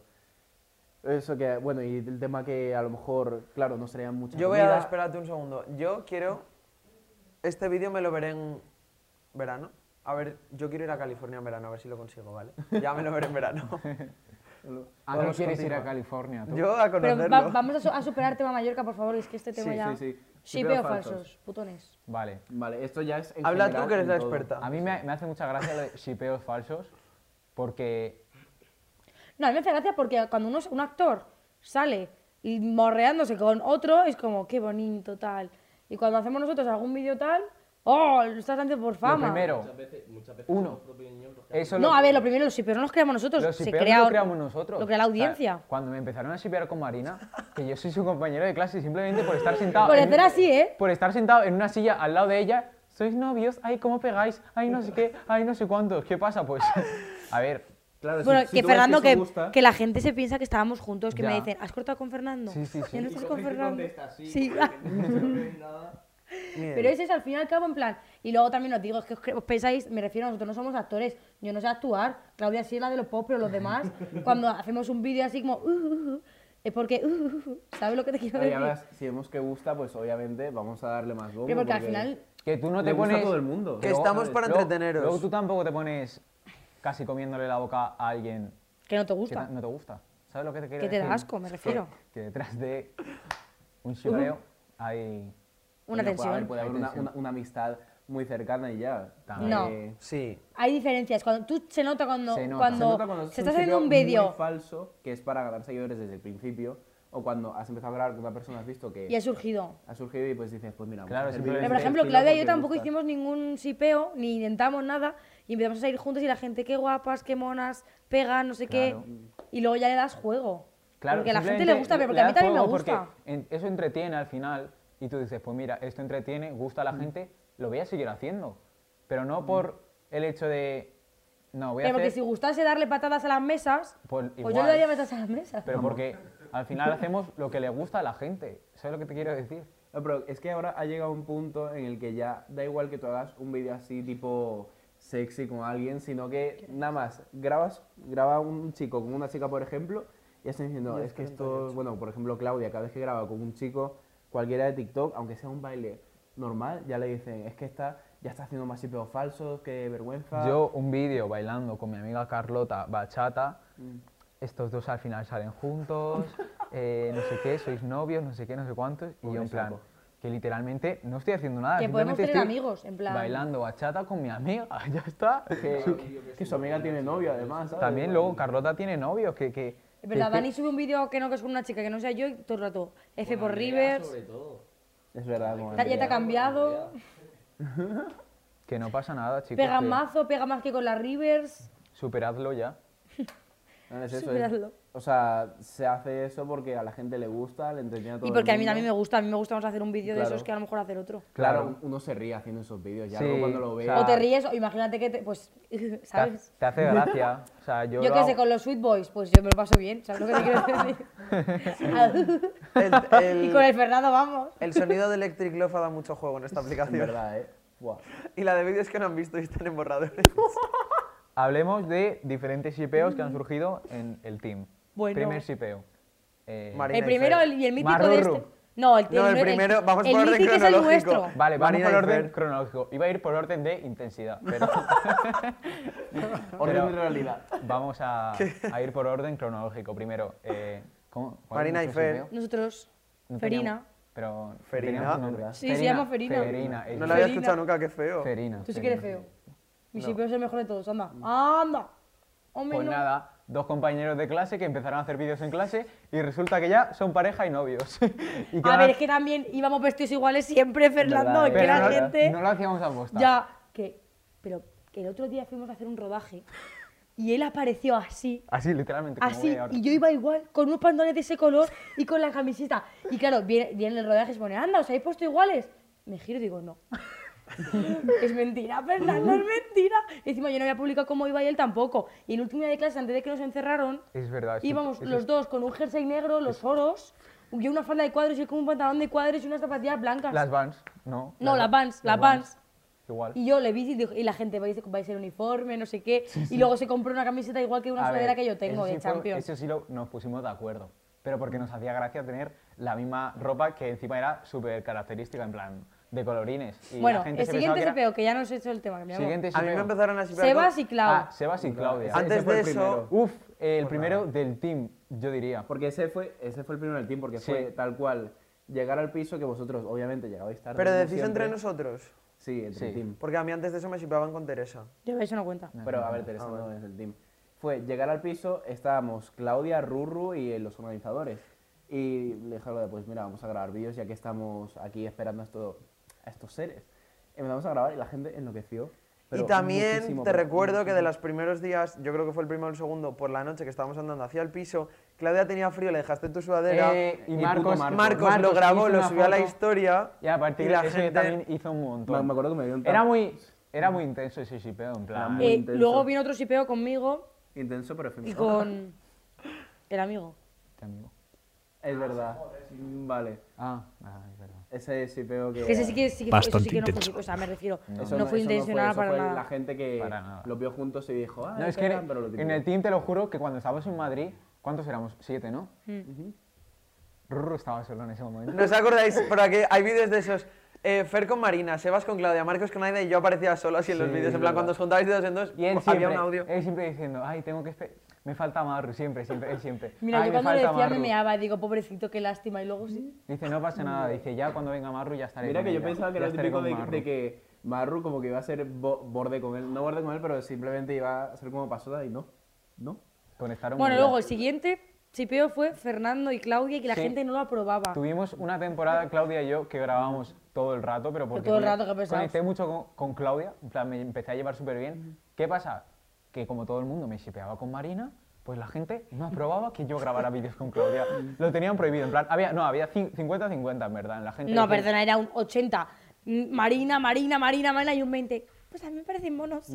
Eso que, bueno, y el tema que a lo mejor, claro, no sería mucha Yo voy a... comida. Espérate un segundo. Yo quiero... Este vídeo me lo veré en verano. A ver, yo quiero ir a California en verano, a ver si lo consigo, ¿vale? Ya me lo veré en verano. ¿A qué Vamos quieres ir contigo. a California tú? Yo a Pero conocerlo. va- vamos a, su- a superar tema Mallorca, por favor, es que este tema Sí, ya... sí, sí. Shipeo Shipeo falsos, falsos. putones. Vale. Vale, esto ya es en Habla tú general que eres en la todo. experta. A mí me, me hace mucha gracia lo de shipeos falsos porque No, a mí me hace gracia porque cuando uno, un actor sale y morreándose con otro, es como, qué bonito, tal. Y cuando hacemos nosotros algún vídeo tal, ¡oh! Lo estás haciendo por lo fama. primero, Muchas veces, muchas veces Uno. los propios niños los que eso No, lo- a ver, lo primero, los shipeos no los creamos nosotros, los se shipeos crea no or- lo creamos nosotros. Lo crea la O sea, audiencia. cuando me empezaron a shipear con Marina, que yo soy su compañero de clase simplemente por estar sentado... Por en- hacer así, ¿eh? Por estar sentado en una silla al lado de ella, sois novios, ay, ¿cómo pegáis? Ay, no sé qué, ay, no sé cuántos. ¿Qué pasa? Pues, a ver, Claro, Bueno, si, si que tú ves Fernando, eso que, gusta- que la gente se piensa que estábamos juntos, que me Ya. dicen, ¿has cortado con Fernando? Sí, sí, sí. ¿Ya no Y estás co- con y Fernando? contesta, sí, Sí. porque no ves nada. Pero ese es al fin y al cabo en plan. Y luego también os digo, es que os, cre- os pensáis, me refiero a nosotros no somos actores, yo no sé actuar, Claudia sí es la de los pop, pero los demás, cuando hacemos un vídeo así como, uh, uh, uh, es porque, uh, uh, uh, ¿sabes lo que te quiero Claro, y decir? ahora, si vemos que gusta, pues obviamente vamos a darle más bombo. Pero porque al final, que tú no le te gusta pones... a todo el mundo. Que Luego- estamos para luego- entreteneros. Luego tú tampoco te pones casi comiéndole la boca a alguien que no te que gusta, ta- no te gusta. ¿Sabes lo que te quiero que te decir? da asco, me refiero. Que detrás de un shipeo hay... Una Bueno, puede haber- tensión. Puede haber Hay una, tensión. una- una amistad muy cercana y ya. También. No. Eh, Sí. Hay diferencias, cuando tú se nota cuando, Se nota. cuando, se nota cuando es se está un haciendo un shipeo vídeo muy falso, que es para ganar seguidores desde el principio, o cuando has empezado a grabar con una persona, has visto que y ha surgido. ha surgido y pues dices, pues mira, vamos Claro, a hacer simplemente- Pero, vídeos por de ejemplo, estilo Claudia y yo porque tampoco gusta. hicimos ningún sipeo, ni intentamos nada, y empezamos a salir juntos y la gente, qué guapas, qué monas, pegan, no sé Claro. qué, y luego ya le das juego. Claro, porque a la gente le simplemente gusta, pero le porque a mí das también me juego gusta. porque en- eso entretiene al final y tú dices, pues mira, esto entretiene, gusta a la gente, lo voy a seguir haciendo. Pero no por el hecho de, no, voy a Pero porque hacer... si gustase darle patadas a las mesas, pues, pues yo igual, le daría patadas a las mesas. Pero porque al final hacemos lo que le gusta a la gente. ¿Sabes lo que te quiero decir? No, pero es que ahora ha llegado un punto en el que ya da igual que tú hagas un vídeo así tipo sexy con alguien, sino que nada más grabas, graba un chico con una chica, por ejemplo, y están diciendo, es que esto, bueno, por ejemplo, Claudia, cada vez que graba con un chico, cualquiera de TikTok, aunque sea un baile normal, ya le dicen, es que está ya está haciendo más shipeos falsos, qué vergüenza. Yo un vídeo bailando con mi amiga Carlota bachata, Mm. estos dos al final salen juntos, eh, no sé qué, sois novios, no sé qué, no sé cuántos, y yo Pobre en plan, saco. que literalmente no estoy haciendo nada, Que podemos simplemente tener estoy amigos, en plan. bailando bachata con mi amiga, ya está. Que, que su amiga tiene novio, además, ¿sabes? También luego Carlota tiene novio, que... que Es verdad, que- Dani sube un vídeo que no, que es con una chica que no sea yo y todo el rato. F por Rivers. Sobre todo. Es verdad, como ta- Ya te ha Andrea. cambiado. que no pasa nada, chicos. Pega que mazo, pega más que con la Rivers. Superadlo ya. No es eso, es- Superadlo. o sea, se hace eso porque a la gente le gusta, le entretiene a todo Y el porque a mí mundo. también me gusta. A mí me gusta más hacer un vídeo de Claro. esos que a lo mejor hacer otro. Claro, Claro. uno se ríe haciendo esos vídeos, ya Sí, luego cuando lo o ve... sea, O te ríes, o imagínate que te. Pues, Te, ¿sabes? te hace gracia. O sea, yo, Yo lo qué sé, hago- con los Sweet Boys, pues yo me lo paso bien. ¿Sabes lo que te quiero decir? El, el- Y con el Fernando vamos. el sonido de Electric Love ha dado mucho juego en esta En aplicación. verdad, ¿eh? Buah. Y la de vídeos que no han visto y están en borradores. Hablemos de diferentes shipeos que han surgido en el team. Bueno. Primer shipeo. Eh, Marina El y primero Fer. el- y el mítico Marrurru. de este. No, el, No, el primero, vamos el por orden mítico es el cronológico. nuestro. Vale, vamos Marina por y orden Fer. cronológico. Iba a ir por orden de intensidad, pero Orden Pero- de realidad. vamos a, a ir por orden cronológico. Primero, eh, ¿cómo? ¿Cuál es Marina y nuestro Fer. shipeo? Nosotros, No Ferina. teníamos- Pero Ferina. teníamos un nombre. ¿Verdad? Sí, se llama Ferina. Ferina. es No la había Ferina. escuchado nunca, qué feo. Ferina. Tú sí que eres Ferina. feo. Mi shipeo es el mejor de todos, anda. ¡Anda! Hombre, Pues no. nada, dos compañeros de clase que empezaron a hacer vídeos en clase y resulta que ya son pareja y novios. Y que A van ver, es que también íbamos vestidos iguales siempre, Fernando, verdad, es ¿eh? que pero la no, gente... no lo hacíamos a posta. Ya, que... Pero que el otro día fuimos a hacer un rodaje y él apareció así, Así, literalmente. como así, voy ahora. y yo iba igual, con unos pantalones de ese color y con la camiseta. Y claro, viene, viene el rodaje y se pone, anda, ¿os habéis puesto iguales? Me giro y digo, no. Es mentira, Fernando, es mentira. Y encima yo no había publicado cómo iba y él tampoco. Y el último día de clase, antes de que nos encerraron, Es verdad. eso- íbamos eso los es- dos con un jersey negro, los oros, yo una falda de cuadros y él con un pantalón de cuadros y unas zapatillas blancas. Las Vans, ¿no? No, las Vans, las Vans. Igual. Y yo le vi y, dijo- y la gente, vais, vais a ir uniforme, no sé qué. Y luego se compró una camiseta igual que una A sudadera ver, que yo tengo eso de sí fue- Champions. Eso sí lo, nos pusimos de acuerdo. Pero porque nos hacía gracia tener la misma ropa que encima era súper característica, en plan, de colorines. Y Bueno, la gente el se siguiente pensaba que era- shipeo, que ya no os he hecho el tema, que me hago. Siguiente A mí me shipeo. empezaron a shipear Sebas con- y Clau. Ah, Sebas y Claudia. Ese- Antes fue de el eso- primero. Uf, el primero del team, yo diría. Porque ese fue, ese fue el primero del team, porque Sí. fue tal cual llegar al piso que vosotros, obviamente, llegabais tarde. Pero como decís entre siempre. nosotros. Sí, entre Sí. el team. Porque a mí antes de eso me shipeaban con Teresa. Yo eso no cuenta. Pero a ver, Teresa Ah, no vale. es del team. Fue llegar al piso, estábamos Claudia, Rurru y eh, los organizadores. Y le dije a Claudia, pues mira, vamos a grabar vídeos ya que estamos aquí esperando a, esto, a estos seres. Empezamos a grabar y la gente enloqueció. pero Y también muchísimo, te pero recuerdo que de muchísimo. los primeros días, yo creo que fue el primero o el segundo, por la noche que estábamos andando hacia el piso, Claudia tenía frío, le dejaste tu sudadera. Eh, y y Marcos, puto Marcos, Marcos lo grabó, hizo lo una subió a la foto, historia. Y a partir y la de eso gente- también hizo un montón. Me, me acuerdo que me dio un Era tan muy, era muy intenso ese shipeo, en plan. muy Eh, intenso. luego vino otro shipeo conmigo intenso, pero y efímero. con el amigo. Qué amigo. Es verdad. Vale. Ah, ah, es verdad. Ese sí veo que... Que ese sí que, sí que fue- eso Bastante sí que no fue, intenso. o sea, me refiero, Eso no, fue eso intencional eso para fue nada. la gente que Para nada. lo vio juntos y dijo, ah, No, es que pegan", pero lo en típico. el team te lo juro que cuando estábamos en Madrid, ¿cuántos éramos? Siete, ¿no? Mm. Rurru estaba solo en ese momento. ¿No os acordáis? Por aquí hay vídeos de esos. Eh, Fer con Marina, Sebas con Claudia, Marcos con Aida y yo aparecía solo así en los Sí, vídeos. es En plan, verdad. cuando os juntabais de dos en dos, Y él había siempre, un audio. él siempre diciendo, ay, tengo que esperar. Me falta Marru, siempre, siempre, él siempre. Mira, "Ay, yo me cuando le falta decía me Marru". meaba y digo, pobrecito, qué lástima. Y luego sí. Dice, no pasa nada. Dice, ya cuando venga Marru ya estaré Mira con que yo ella, pensaba que ya era el estaré típico con de, Marru". de que Marru como que iba a ser bo- borde con él. No borde con él, pero simplemente iba a ser como pasota y no. No. Conectaron Bueno, muy luego bien. el siguiente shipeo fue Fernando y Claudia y que la Sí. gente no lo aprobaba. Tuvimos una temporada, Claudia y yo, que grabábamos todo el rato, pero porque todo el conec- rato, qué pesados. conecté mucho con, con Claudia, en plan, me empecé a llevar súper bien. ¿Qué pasa? Que como todo el mundo me shipeaba con Marina, pues la gente no aprobaba que yo grabara vídeos con Claudia. Lo tenían prohibido, en plan, había, no, había cincuenta cincuenta, en verdad, en la gente. No, decía- perdona, era un ochenta. Mm, Marina, Marina, Marina, Marina y un veinte. Pues a mí me parecen monos.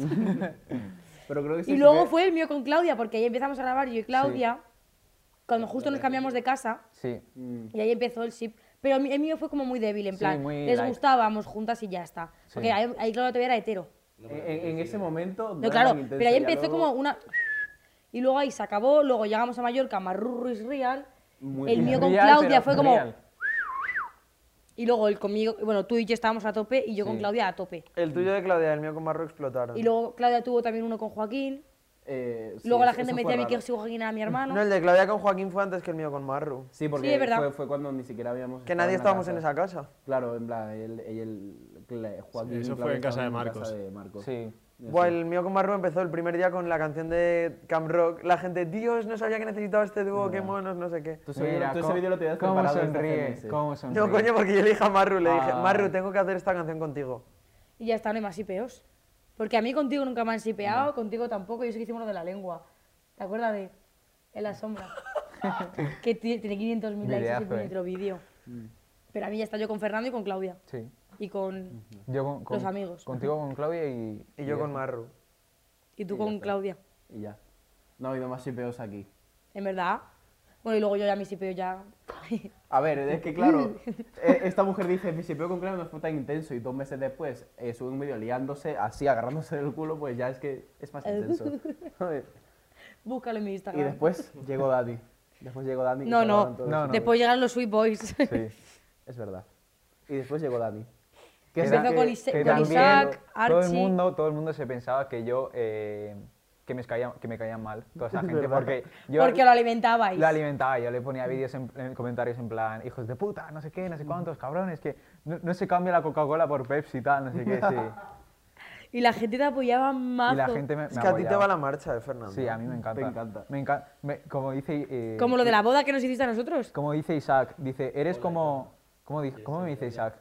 Pero creo que Y sí luego que- fue el mío con Claudia, porque ahí empezamos a grabar yo y Claudia, cuando justo nos cambiamos de casa, Sí. Mm. y ahí empezó el ship. Pero el mío fue como muy débil, en Sí, plan, muy les light. gustábamos juntas y ya está. Sí. Porque ahí, ahí Claudia todavía era hetero. En, en ese momento. No, era claro, tan intenso, pero ahí ya empezó luego- como una... Y luego ahí se acabó, luego llegamos a Mallorca, Marrurru is real. Muy El bien. mío con Real, Claudia pero fue como... real. Y luego el conmigo, bueno, tú y yo estábamos a tope y yo con Sí. Claudia a tope. El tuyo de Claudia y el mío con Marro explotaron. Y luego Claudia tuvo también uno con Joaquín. Eh, sí, Luego la eso- gente eso me fue decía a mí que raro. si Joaquín era mi hermano. No, el de Claudia con Joaquín fue antes que el mío con Marru. Sí, porque Sí, es verdad. fue, fue cuando ni siquiera habíamos Que estado nadie en la estábamos casa. en esa casa. Claro, en plan, el, el, el- Cla- Joaquín Sí, eso y fue Claudia en casa de estaban en Marcos. casa de Marcos. Sí. Y Buah, así. el mío con Marru empezó el primer día con la canción de Camp Rock. La gente, Dios, no sabía que necesitaba este dúo, qué Ya. monos, no sé qué. Tú ese vídeo- tú ese cómo- vídeo lo tenías cómo preparado desde hace sonríe, meses. cómo sonríe. No, coño, porque yo le dije a Marru, le dije, Ah. Marru, tengo que hacer esta canción contigo. Y ya está, no hay más sipeos. Porque a mí contigo nunca me han sipeado, contigo tampoco. Yo sé que hicimos lo de la lengua. ¿Te acuerdas de En la sombra? Que ti- tiene quinientos mil likes ese Videazo, eh. puñetero vídeo. Pero a mí ya está yo con Fernando y con Claudia. Sí. Y con... Yo con, con- Los amigos. Contigo con Claudia y... Y yo con eso. Marru. Y tú Y ya con está. Claudia. Y ya. No ha habido más shipeos aquí. En verdad. Bueno, y luego yo ya mi sipeo ya... A ver, es que claro, eh, esta mujer dice, mi shipeo con Claudia no fue tan intenso y dos meses después eh, sube un vídeo liándose, así, agarrándose del culo, pues ya es que es más intenso. ¿Sabes? Búscalo en mi Y Instagram. después llegó Dani. Después llegó Dani. que No, se no. acabaron todos No, los no. Después llegan los Sweet Boys. Sí. Es verdad. Y después llegó Dani. Que Empezó da- con que- Ise- que con también Isaac, todo el Archie. mundo, todo el mundo se pensaba que yo, eh, que, me caía, que me caían mal, toda esa gente, verdad. porque yo Porque lo alimentabais. lo alimentaba, yo le ponía vídeos en, en comentarios en plan, hijos de puta, no sé qué, no sé cuántos, cabrones, que no, no se cambia la Coca-Cola por Pepsi y tal, no sé qué, sí. Y la gente te apoyaba más. Y la gente me, me Es que a ti te apoyaba. va la marcha, eh, Fernando. Sí, a mí me encanta. Me encanta. Me encanta. me- como dice... eh, Como lo de la boda que nos hiciste a nosotros. Como dice Isaac, dice, eres como... ¿Cómo, dice, ¿cómo me dice Isaac?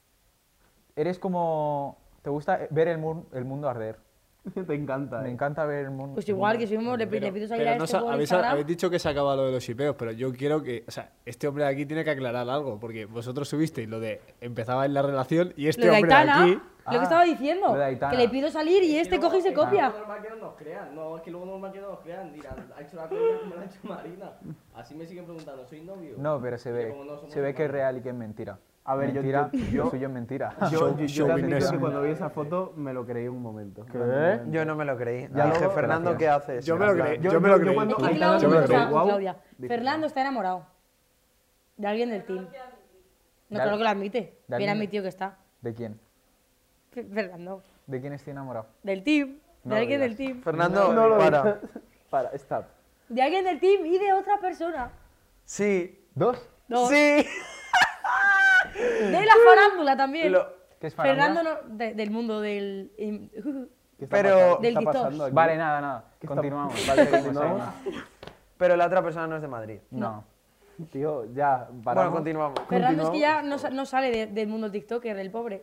Eres como... ¿Te gusta ver el, mu- el mundo arder? Te encanta. Me eh. encanta ver el mundo... Pues igual que subimos, le, le pido salir Pero a no este sa- por habéis, Instagram. habéis dicho que se acaba lo de los shipeos, pero yo quiero que, o sea, este hombre de aquí tiene que aclarar algo, porque vosotros subisteis lo de empezaba en la relación y este Lo de hombre Aitana, de aquí... lo que Ah, estaba diciendo. lo de Aitana. Que le pido salir y este coge y se copia. Luego normal que no nos crean, no, es que luego normal que no nos crean, dirán, ha hecho la cosa como la ha hecho Marina. Así me siguen preguntando, ¿soy novio? No, pero se Y ve, como no somos se ve que es hermanos. real y que es mentira. A ver, yo- mentira, yo- yo- lo suyo es mentira. Yo, Show- yo, yo show te admito business. que cuando vi esa foto me lo creí un momento. ¿Qué? Durante un momento. Yo no me lo creí. Ya Dije, luego- Fernando, gracias. ¿qué haces? Yo me lo En plan, creí, yo- yo me yo- lo yo creí. cuando- Es que Aitana luego se me me lo creí. con Guau. Claudia. Dije, Fernando está enamorado. De alguien del team. No De creo al- que lo admite. de Bien alguien- admitido que está. ¿De quién? Fe- Fernando. ¿De quién estoy enamorado? Del team. De No lo alguien del digas. team. Fernando, No lo para. digas. Para, stop. De alguien del team y de otra persona. Sí. ¿Dos? No. Sí. De la farándula también. Lo- ¿Qué es farándula? Fernando no, de- del mundo del... im- ¿Qué está Pero- pasando? ¿Qué Del está TikTok. pasando aquí? Vale, nada, nada. ¿Qué está- Continuamos. Vale, Seguimos, continuamos. seguimos. Pero la otra persona no es de Madrid. No. Tío, ya, Bueno, paramos. continuamos. Fernando es que ya no, sa- no sale de- del mundo TikToker, el pobre.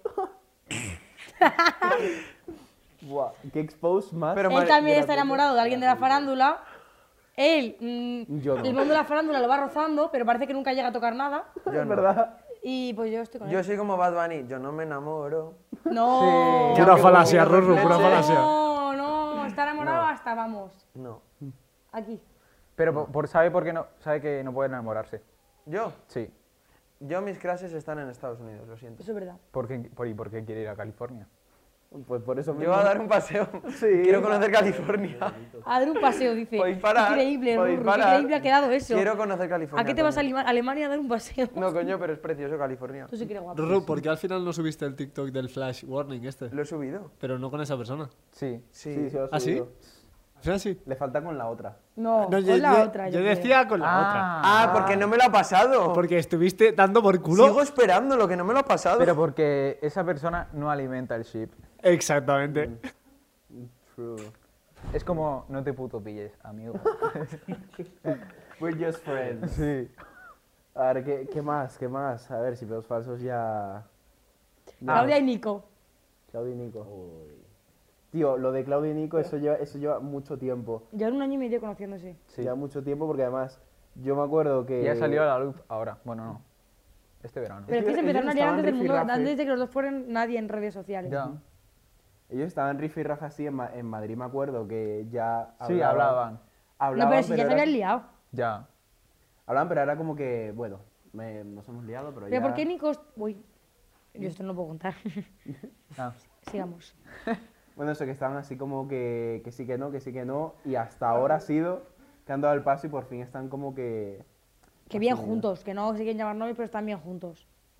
Buah, ¿qué expose más? Pero Él Mari- también está enamorado de alguien de la farándula. Él, mm, Yo no. el mundo de la farándula lo va rozando, pero parece que nunca llega a tocar nada. Yo Es no. verdad. Y pues yo estoy con él. Yo soy como Bad Bunny, yo no me enamoro. No. Pura falacia, Aunque Rorro, pura refleje- falacia. No, no, está enamorado No. hasta vamos. No. Aquí. Pero por, por- sabe por qué no, sabe que no puede enamorarse. ¿Yo? Sí. Yo mis clases están en Estados Unidos, lo siento. Eso es verdad. ¿Por qué, por, ¿Y por qué quiere ir a California? Pues por eso Yo mismo. voy a dar un paseo. Sí. Quiero conocer California. A dar un paseo, dice. Podéis parar. Qué increíble, podéis Rurru, qué parar. increíble ha quedado eso. Quiero conocer California. ¿A qué te vas a coño. Alema- Alemania a dar un paseo? No, coño, pero es precioso California. Tú sí que eres guapo. Rorro, ¿por qué al final no subiste el TikTok del flash warning este? Lo he subido. Pero no con esa persona. Sí. Sí. Sí, se lo ha ¿Ah, sí? subido. ¿Al final sí? Le falta con la otra. No, No, con yo, la yo- otra. yo creo. decía con la Ah, porque no me lo ha pasado. otra. Porque estuviste dando por culo. Sigo esperando lo que no me lo ha pasado. Pero porque esa persona no alimenta el ship. Exactamente. True. Es como, no te puto pilles, amigo. We're just friends. Sí. A ver, ¿qué, qué más? ¿Qué más? A ver, si pedos falsos ya... Claudia y Nico. Claudia y Nico. Tío, lo de Claudia y Nico, eso lleva, eso lleva mucho tiempo. Llevan un año y medio conociéndose. Sí. Lleva mucho tiempo porque además, yo me acuerdo que... Ya salió a la luz ahora. Bueno, no. Este verano. Pero es que Ellos- se empezaron a ellos liar estaban antes del mundo, rifirrafe. antes de que los dos fueran nadie en redes sociales. Ya. Ellos estaban riff y rafa así en, Ma- en Madrid, me acuerdo, que ya Sí, hablaban. No, Hablaban, pero si ya se era- habían liado. Ya. Hablaban, pero era como que, bueno, me- nos hemos liado, pero, Pero ya... ¿por qué Nico...? Uy, yo esto no lo puedo contar. Ah. Sigamos. Bueno, eso, que estaban así como que, que sí que no, que sí que no, y hasta ahora ha sido que han dado el paso y por fin están como que... Que bien Así, juntos, que no se quieren llamar novios, pero están bien juntos.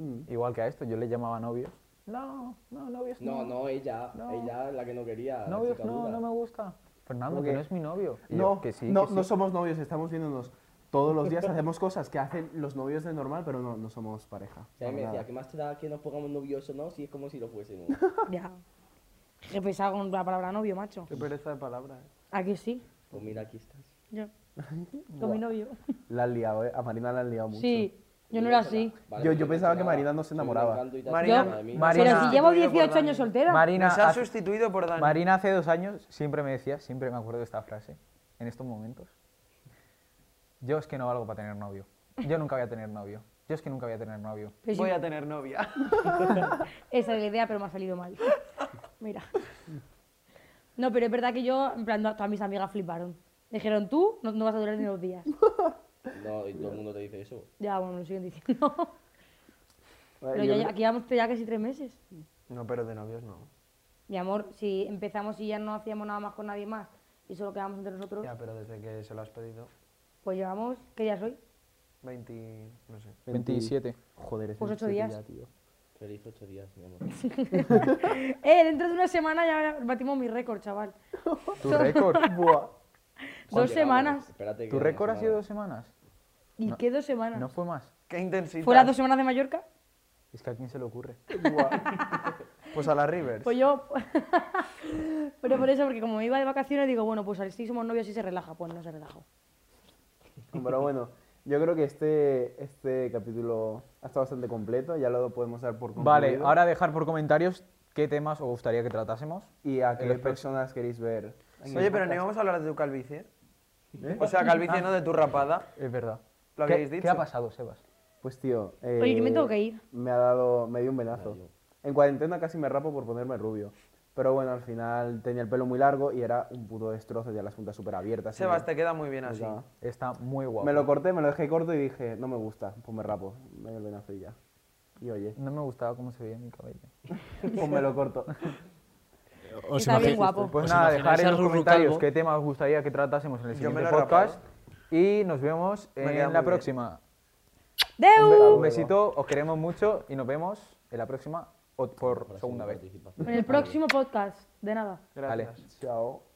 Igual que a esto, yo le llamaba novios. No, no, novios no. No, no, ella. No. Ella la que no quería. la Novios chica no, dura. no me gusta. Fernando, ¿Cómo que que? no es mi novio. Y No, yo, que sí, no, que sí. no somos novios, estamos viéndonos todos los días, hacemos cosas que hacen los novios de normal, pero no, no somos pareja. Y a mí me para decía, nada. ¿qué más te da que nos pongamos noviosos, no? Si es como si lo fuésemos. Ya. Qué pesado con la palabra novio, macho. Qué pereza de palabra. ¿eh? ¿A que sí? Pues mira, aquí estás. Yo. Con mi novio. La han liado, ¿eh? A Marina la han liado mucho. Sí, yo no era así. Vale, Yo- pues yo no pensaba pasa que nada. Marina no se Soy un enamoraba. encanto y tal, Marina- nada de mí. Marina- Pero si llevo sustituido por dieciocho Dani. años soltera. Marina, Nos ha hace- sustituido por Dani. Marina hace dos años siempre me decía, siempre me acuerdo de esta frase, en estos momentos. Yo es que no valgo para tener novio. Yo nunca voy a tener novio. Yo es que nunca voy a tener novio. Pero sí, Voy a tener novia. esa es la idea, pero me ha salido mal. Mira. No, pero es verdad que yo, en plan, todas mis amigas fliparon. Dijeron, tú no, no vas a durar ni dos días. No, y todo el mundo te dice eso. Ya, bueno, lo siguen diciendo. Vale, Pero yo ya, creo- aquí llevamos ya casi tres meses. No, pero de novios no. Mi amor, si empezamos y ya no hacíamos nada más con nadie más y solo quedamos entre nosotros, Ya, pero desde que se lo has pedido, pues llevamos, ¿qué día soy? veinte, no sé. veintisiete. Joder, es Pues ocho veintisiete días. ya, tío. Feliz ocho días, mi amor. Eh, dentro de una semana ya batimos mi récord, chaval. ¿Tu récord? Buah. Dos semanas. Espérate que ¿Tu una récord ha semana. sido dos semanas? ¿Y No. qué dos semanas? ¿No fue más? Qué intensidad. ¿Fue las dos semanas de Mallorca? Es que a quién se le ocurre. Pues a la Rivers. Pues yo. Pero por eso, porque como me iba de vacaciones, digo, bueno, pues si somos novios sí se relaja. Pues no se relajó. Pero bueno, yo creo que este, este capítulo ha estado bastante completo, ya lo podemos dar por concluido. Vale, ahora dejar por comentarios qué temas os gustaría que tratásemos. ¿Y a en qué los personas queréis ver? en Oye, el pero ni podcast? vamos a hablar de tu calvicie. ¿Eh? O sea, calvicie no de tu rapada. Es verdad. ¿Lo ¿Qué, habéis dicho? ¿Qué ha pasado, Sebas? Pues tío, eh, Oye, yo me tengo que ir. Me ha dado, me dio un venazo. En cuarentena casi me rapo por ponerme rubio. Pero bueno, al final tenía el pelo muy largo y era un puto destrozo, ya las puntas súper abiertas. y Sebas, me- te queda muy bien me así. quedaba- Está muy guapo. Me lo corté, me lo dejé corto y dije, no me gusta, pues me rapo. Me dio el venazo y ya. Y oye, No me gustaba cómo se veía mi cabello. pues me lo corto. ¿Os Está bien imagi- guapo. Pues ¿Os nada, imagináis dejar en a los Ruru comentarios calvo? qué temas os gustaría que tratásemos en el Yo me siguiente lo he podcast. Y nos vemos Me en queda la muy bien. próxima. ¡Deu! Un, be- un besito, os queremos mucho y nos vemos en la próxima o por segunda vez. En el próximo podcast. De nada. Vale. Gracias. Chao.